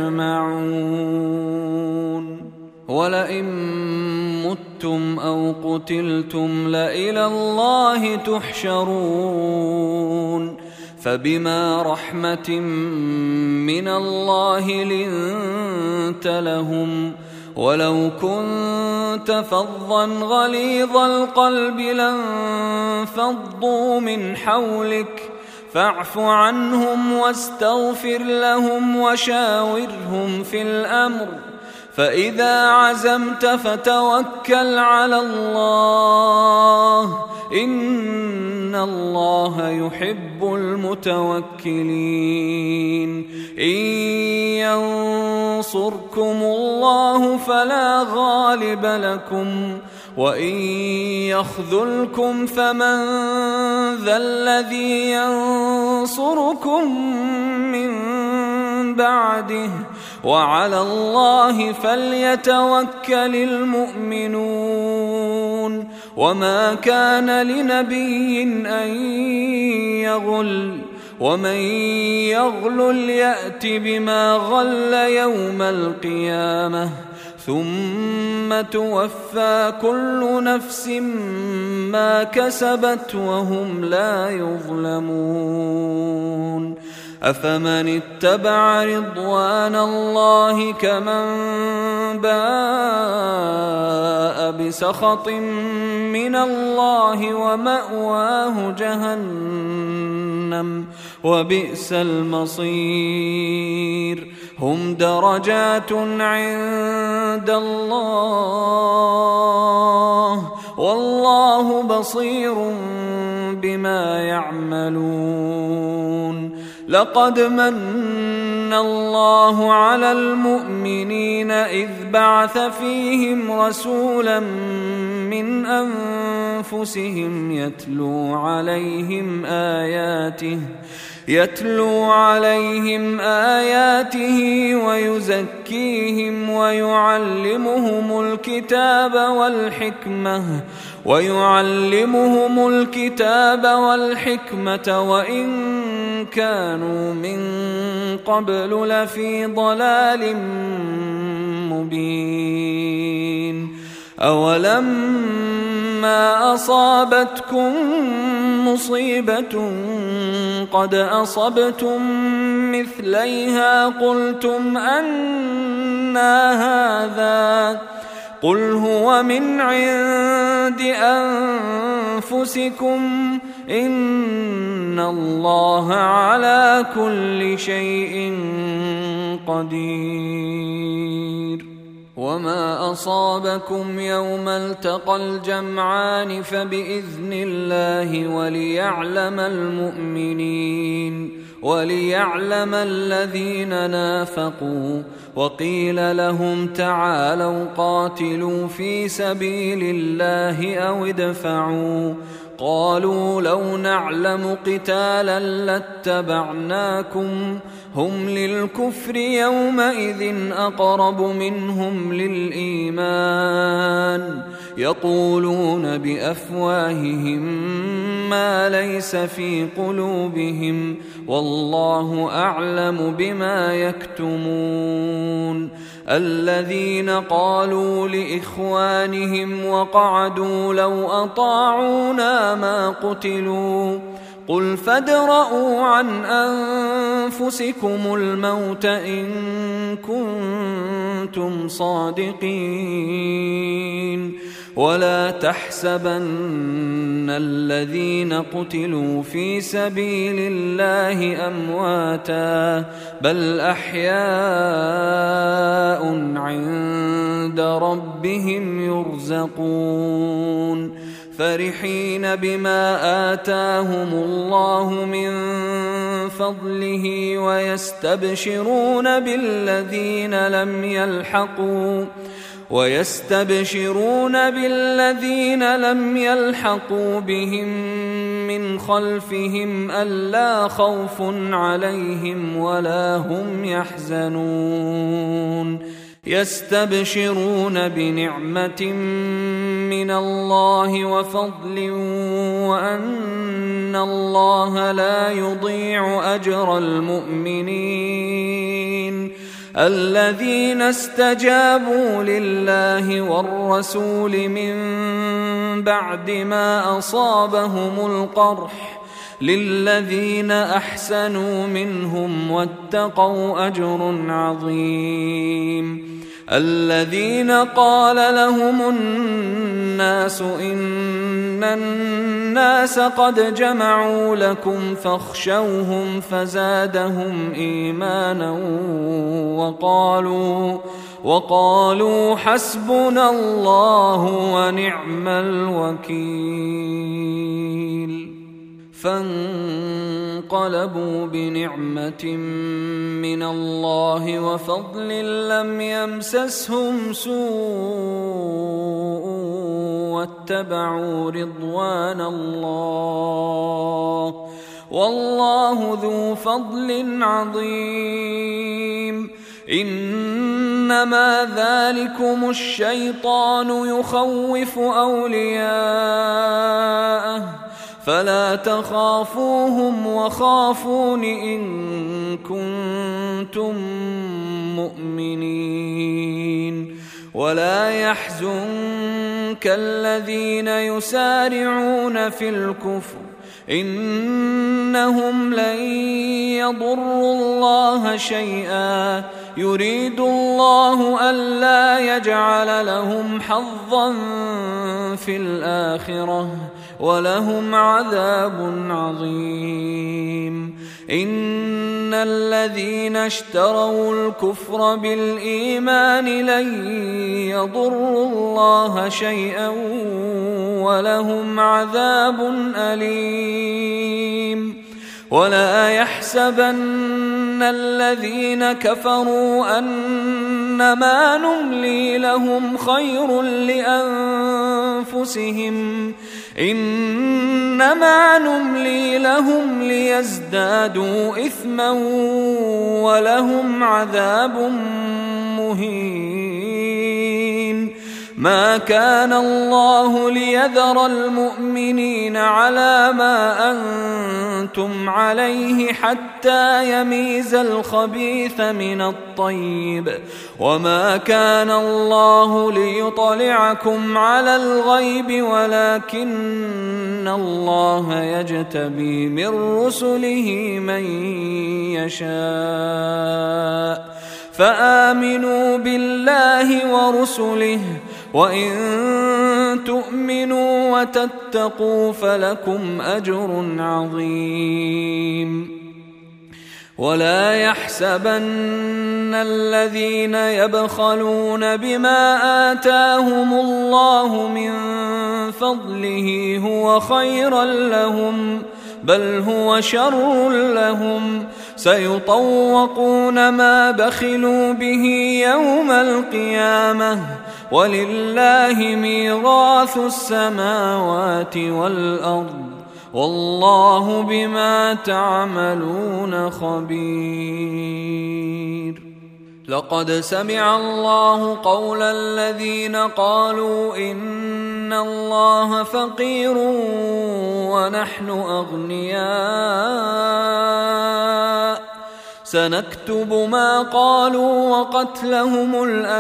يجمعون. ولئن متم أو قتلتم لإلى الله تحشرون. فبما رحمة من الله لنت لهم ولو كنت فظا غليظ القلب لانفضوا من حولك فاعف عنهم واستغفر لهم وشاورهم في الأمر فإذا عزمت فتوكل على الله إن الله يحب المتوكلين. إن ينصركم الله فلا غالب لكم وإن يخذلكم فمن ذا الذي ينصركم من بعده وعلى الله فليتوكل المؤمنون. وما كان لنبي أن يغل ومن يغلل يأت بما غل يوم القيامة ثم توفى كل نفس ما كسبت وهم لا يظلمون. أفمن اتبع رضوان الله كمن باء بسخط من الله ومأواه جهنم وبئس المصير. هم درجات عند الله والله بصير بما يعملون. لقد من الله على المؤمنين إذ بعث فيهم رسولا من أنفسهم يتلو عليهم آياته ويزكيهم ويعلمهم الكتاب والحكمة وإن كانوا من قبل لفي ضلال مبين. أولما أصابتكم مصيبة قد أصبتم مثليها قلتم أنى هذا قل هو من عند أنفسكم إن الله على كل شيء قدير. وما أصابكم يوم التقى الجمعان فبإذن الله وليعلم الذين نافقوا. وقيل لهم تعالوا قاتلوا في سبيل الله أو ادفعوا قالوا لو نعلم قتالا لاتبعناكم هم للكفر يومئذ أقرب منهم للإيمان يقولون بأفواههم ما ليس في قلوبهم والله أعلم بما يكتمون الذين قالوا لإخوانهم وقعدوا لو أطاعونا ما قتلوا قل فادرءوا عن أنفسكم الموت إن كنتم صادقين ولا تحسبن الذين قتلوا في سبيل الله أمواتا بل أحياء عند ربهم يرزقون فرحين بما آتاهم الله من فضله ويستبشرون بالذين لم يلحقوا بهم من خلفهم ألا خوف عليهم ولا هم يحزنون يستبشرون بنعمة من الله وفضل وأن الله لا يضيع أجر المؤمنين الذين استجابوا لله والرسول من بعد ما أصابهم القرح للذين أحسنوا منهم واتقوا أجر عظيم الذين قال لهم الناس إن الناس قد جمعوا لكم فاخشوهم فزادهم إيمانا وقالوا حسبنا الله ونعم الوكيل فانقلبوا بنعمة من الله وفضل لم يمسسهم سوء واتبعوا رضوان الله والله ذو فضل عظيم إنما ذلكم الشيطان يخوف أولياءه فلا تخافوهم وخافون إن كنتم مؤمنين ولا يحزنك الذين يسارعون في الكفر إنهم لن يضروا الله شيئا يريد الله ألا يجعل لهم حظا في الآخرة ولهم عذاب عظيم إن الذين اشتروا الكفر بالإيمان لن يضروا الله شيئا ولهم عذاب أليم ولا يحسبن الذين كفروا أنما نملي لهم خير لأنفسهم إنما نملي لهم ليزدادوا إثما ولهم عذاب مهين ما كان الله ليذر المؤمنين على ما أنتم عليه حتى يميز الخبيث من الطيب وما كان الله ليطلعكم على الغيب ولكن الله يجتبي من رسله من يشاء فآمنوا بالله ورسله وإن تؤمنوا وتتقوا فلكم أجر عظيم ولا يحسبن الذين يبخلون بما آتاهم الله من فضله هو خيرا لهم بل هو شر لهم سيطوقون ما بخلوا به يوم القيامة ولله ميراث السماوات والأرض والله بما تعملون خبير. لقد سمع الله قول الذين قالوا إن الله فقير ونحن أغنياء سنكتب ما قالوا وقتلهم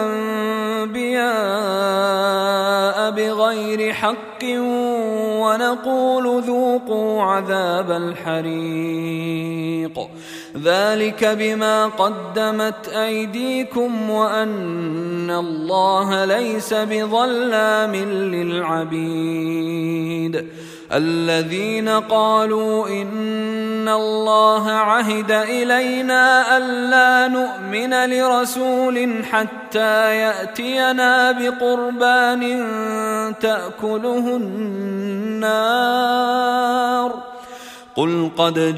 الأنبياء بغير حق ونقول ذوقوا عذاب الحريق ذلك بما قدمت أيديكم وأن الله ليس بظلام للعبيد. الذين قالوا إن الله عهد إلينا ألا نؤمن لرسول حتى يأتينا بقربان تأكله النار قل قد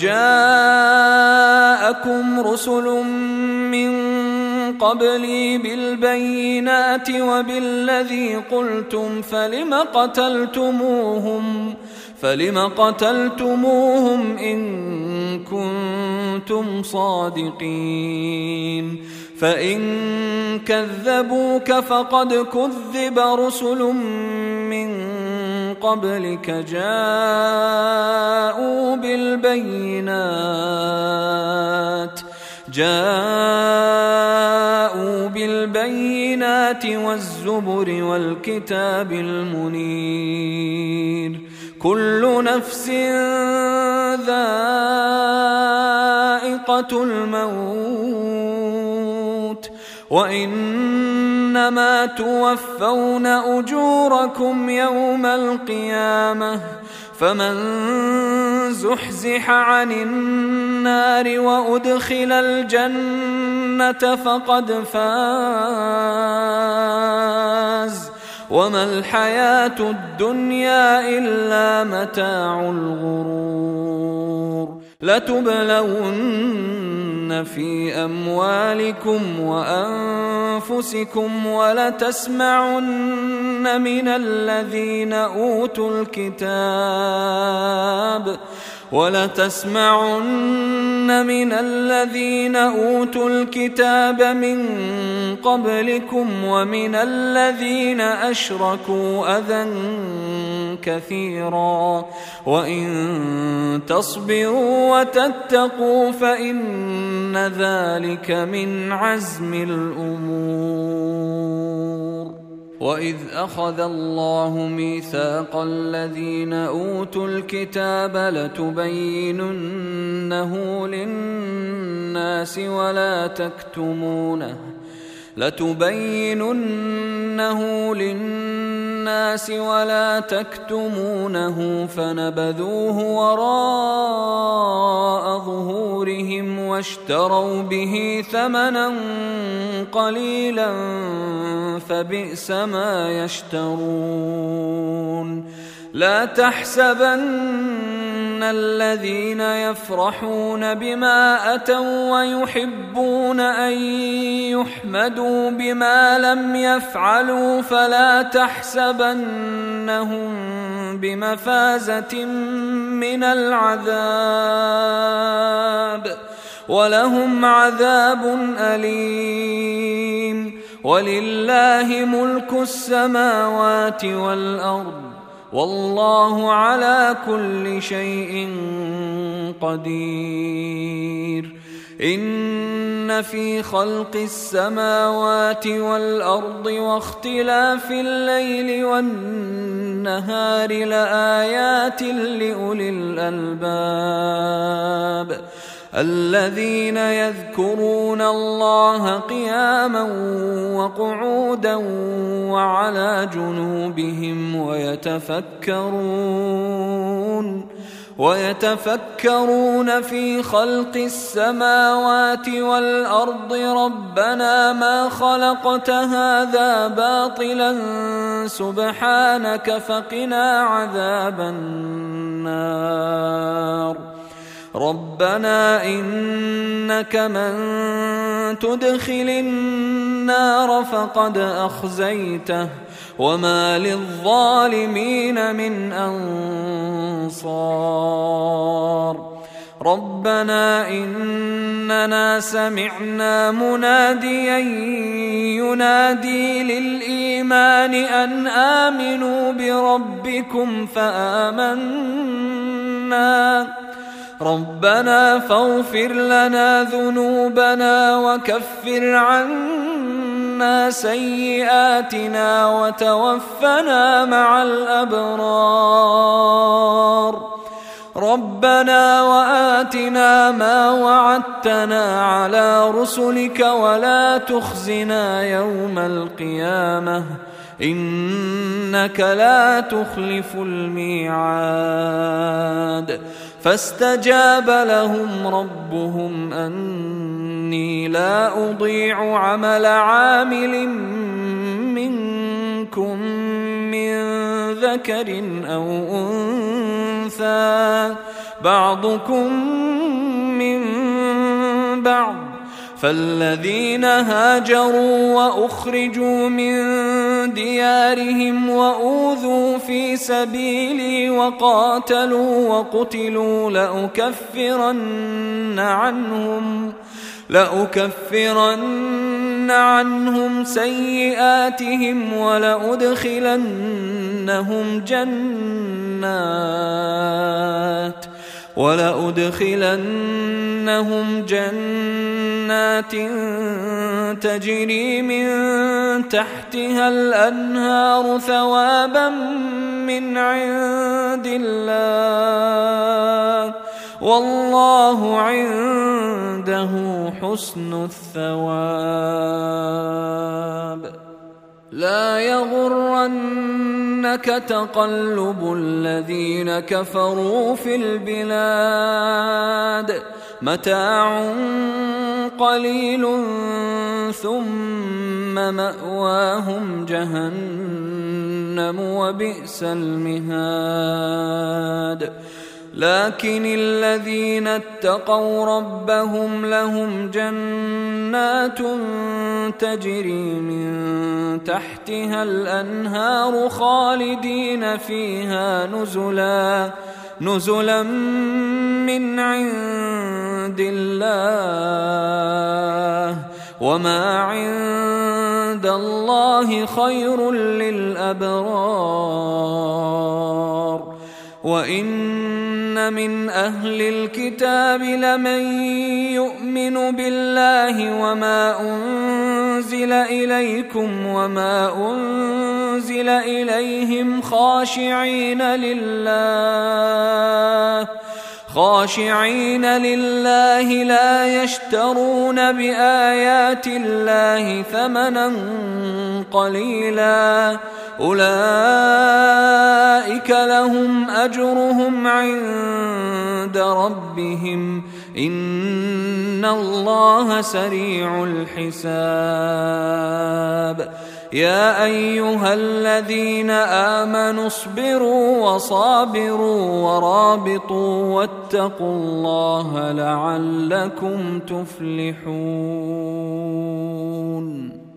جاءكم رسل من قبلي بالبينات وبالذي قلتم فلم قتلتموهم إن كنتم صادقين فإن كذبوك فقد كذب رسل من قبلك جاءوا بالبينات والزبر والكتاب المنير كل نفس ذائقة الموت وإنما توفون أجوركم يوم القيامة فمن زحزح عن النار وأدخل الجنة فقد فاز وما الحياة الدنيا إلا متاع الغرور. لتبلون في أموالكم وأنفسكم ولتسمعن من الذين أوتوا الكتاب من قبلكم ومن الذين أشركوا أذى كثيرا وإن تصبروا وتتقوا فإن ذلك من عزم الأمور. وإذ أخذ الله ميثاق الذين أوتوا الكتاب لتبيننه للناس ولا تكتمونه فنبذوه وراء ظهورهم واشتروا به ثمنا قليلا فبئس ما يشترون. لا تحسبن الذين يفرحون بما أتوا ويحبون أن يحمدوا بما لم يفعلوا فلا تحسبنهم بمفازة من العذاب ولهم عذاب أليم. ولله ملك السماوات والأرض والله على كل شيء قدير. إن في خلق السماوات والأرض واختلاف الليل والنهار لآيات لأولي الألباب الذين يذكرون الله قياما وقعودا وعلى جنوبهم ويتفكرون في خلق السماوات والأرض ربنا ما خلقت هذا باطلا سبحانك فقنا عذاب النار. ربنا إنك من تدخل النار فقد أخزيته وما للظالمين من أنصار. ربنا إننا سمعنا مناديا ينادي للإيمان أن آمنوا بربكم فآمنا. ربنا فاغفر لنا ذنوبنا وكفر عنا سيئاتنا وتوفنا مع الأبرار. ربنا وآتنا ما وعدتنا على رسلك ولا تخزنا يوم القيامة إنك لا تخلف الميعاد. فاستجاب لهم ربهم أني لا أضيع عمل عامل منكم من ذكر أو أنثى بعضكم من بعض. فالذين هاجروا وأخرجوا من ديارهم وأوذوا في سبيلي وقاتلوا وقتلوا لأكفرن عنهم سيئاتهم ولأدخلنهم جنات تجري من تحتها الأنهار ثوابا من عند الله والله عنده حسن الثواب. لا يغرنك تقلب الذين كفروا في البلاد متاع قليل ثم مأواهم جهنم وبئس المهاد. لكن الذين اتقوا ربهم لهم جنات تجري من تحتها الأنهار خالدين فيها نزلا من عند الله وما عند الله خير للأبرار. وإن من أهل الكتاب لمن يؤمن بالله وما أنزل إليكم وما أنزل إليهم خاشعين لله لا يشترون بآيات الله ثمنا قليلا أولئك لهم أجرهم عند ربهم إن الله سريع الحساب. يا أيها الذين آمنوا اصبروا وصابروا ورابطوا واتقوا الله لعلكم تفلحون.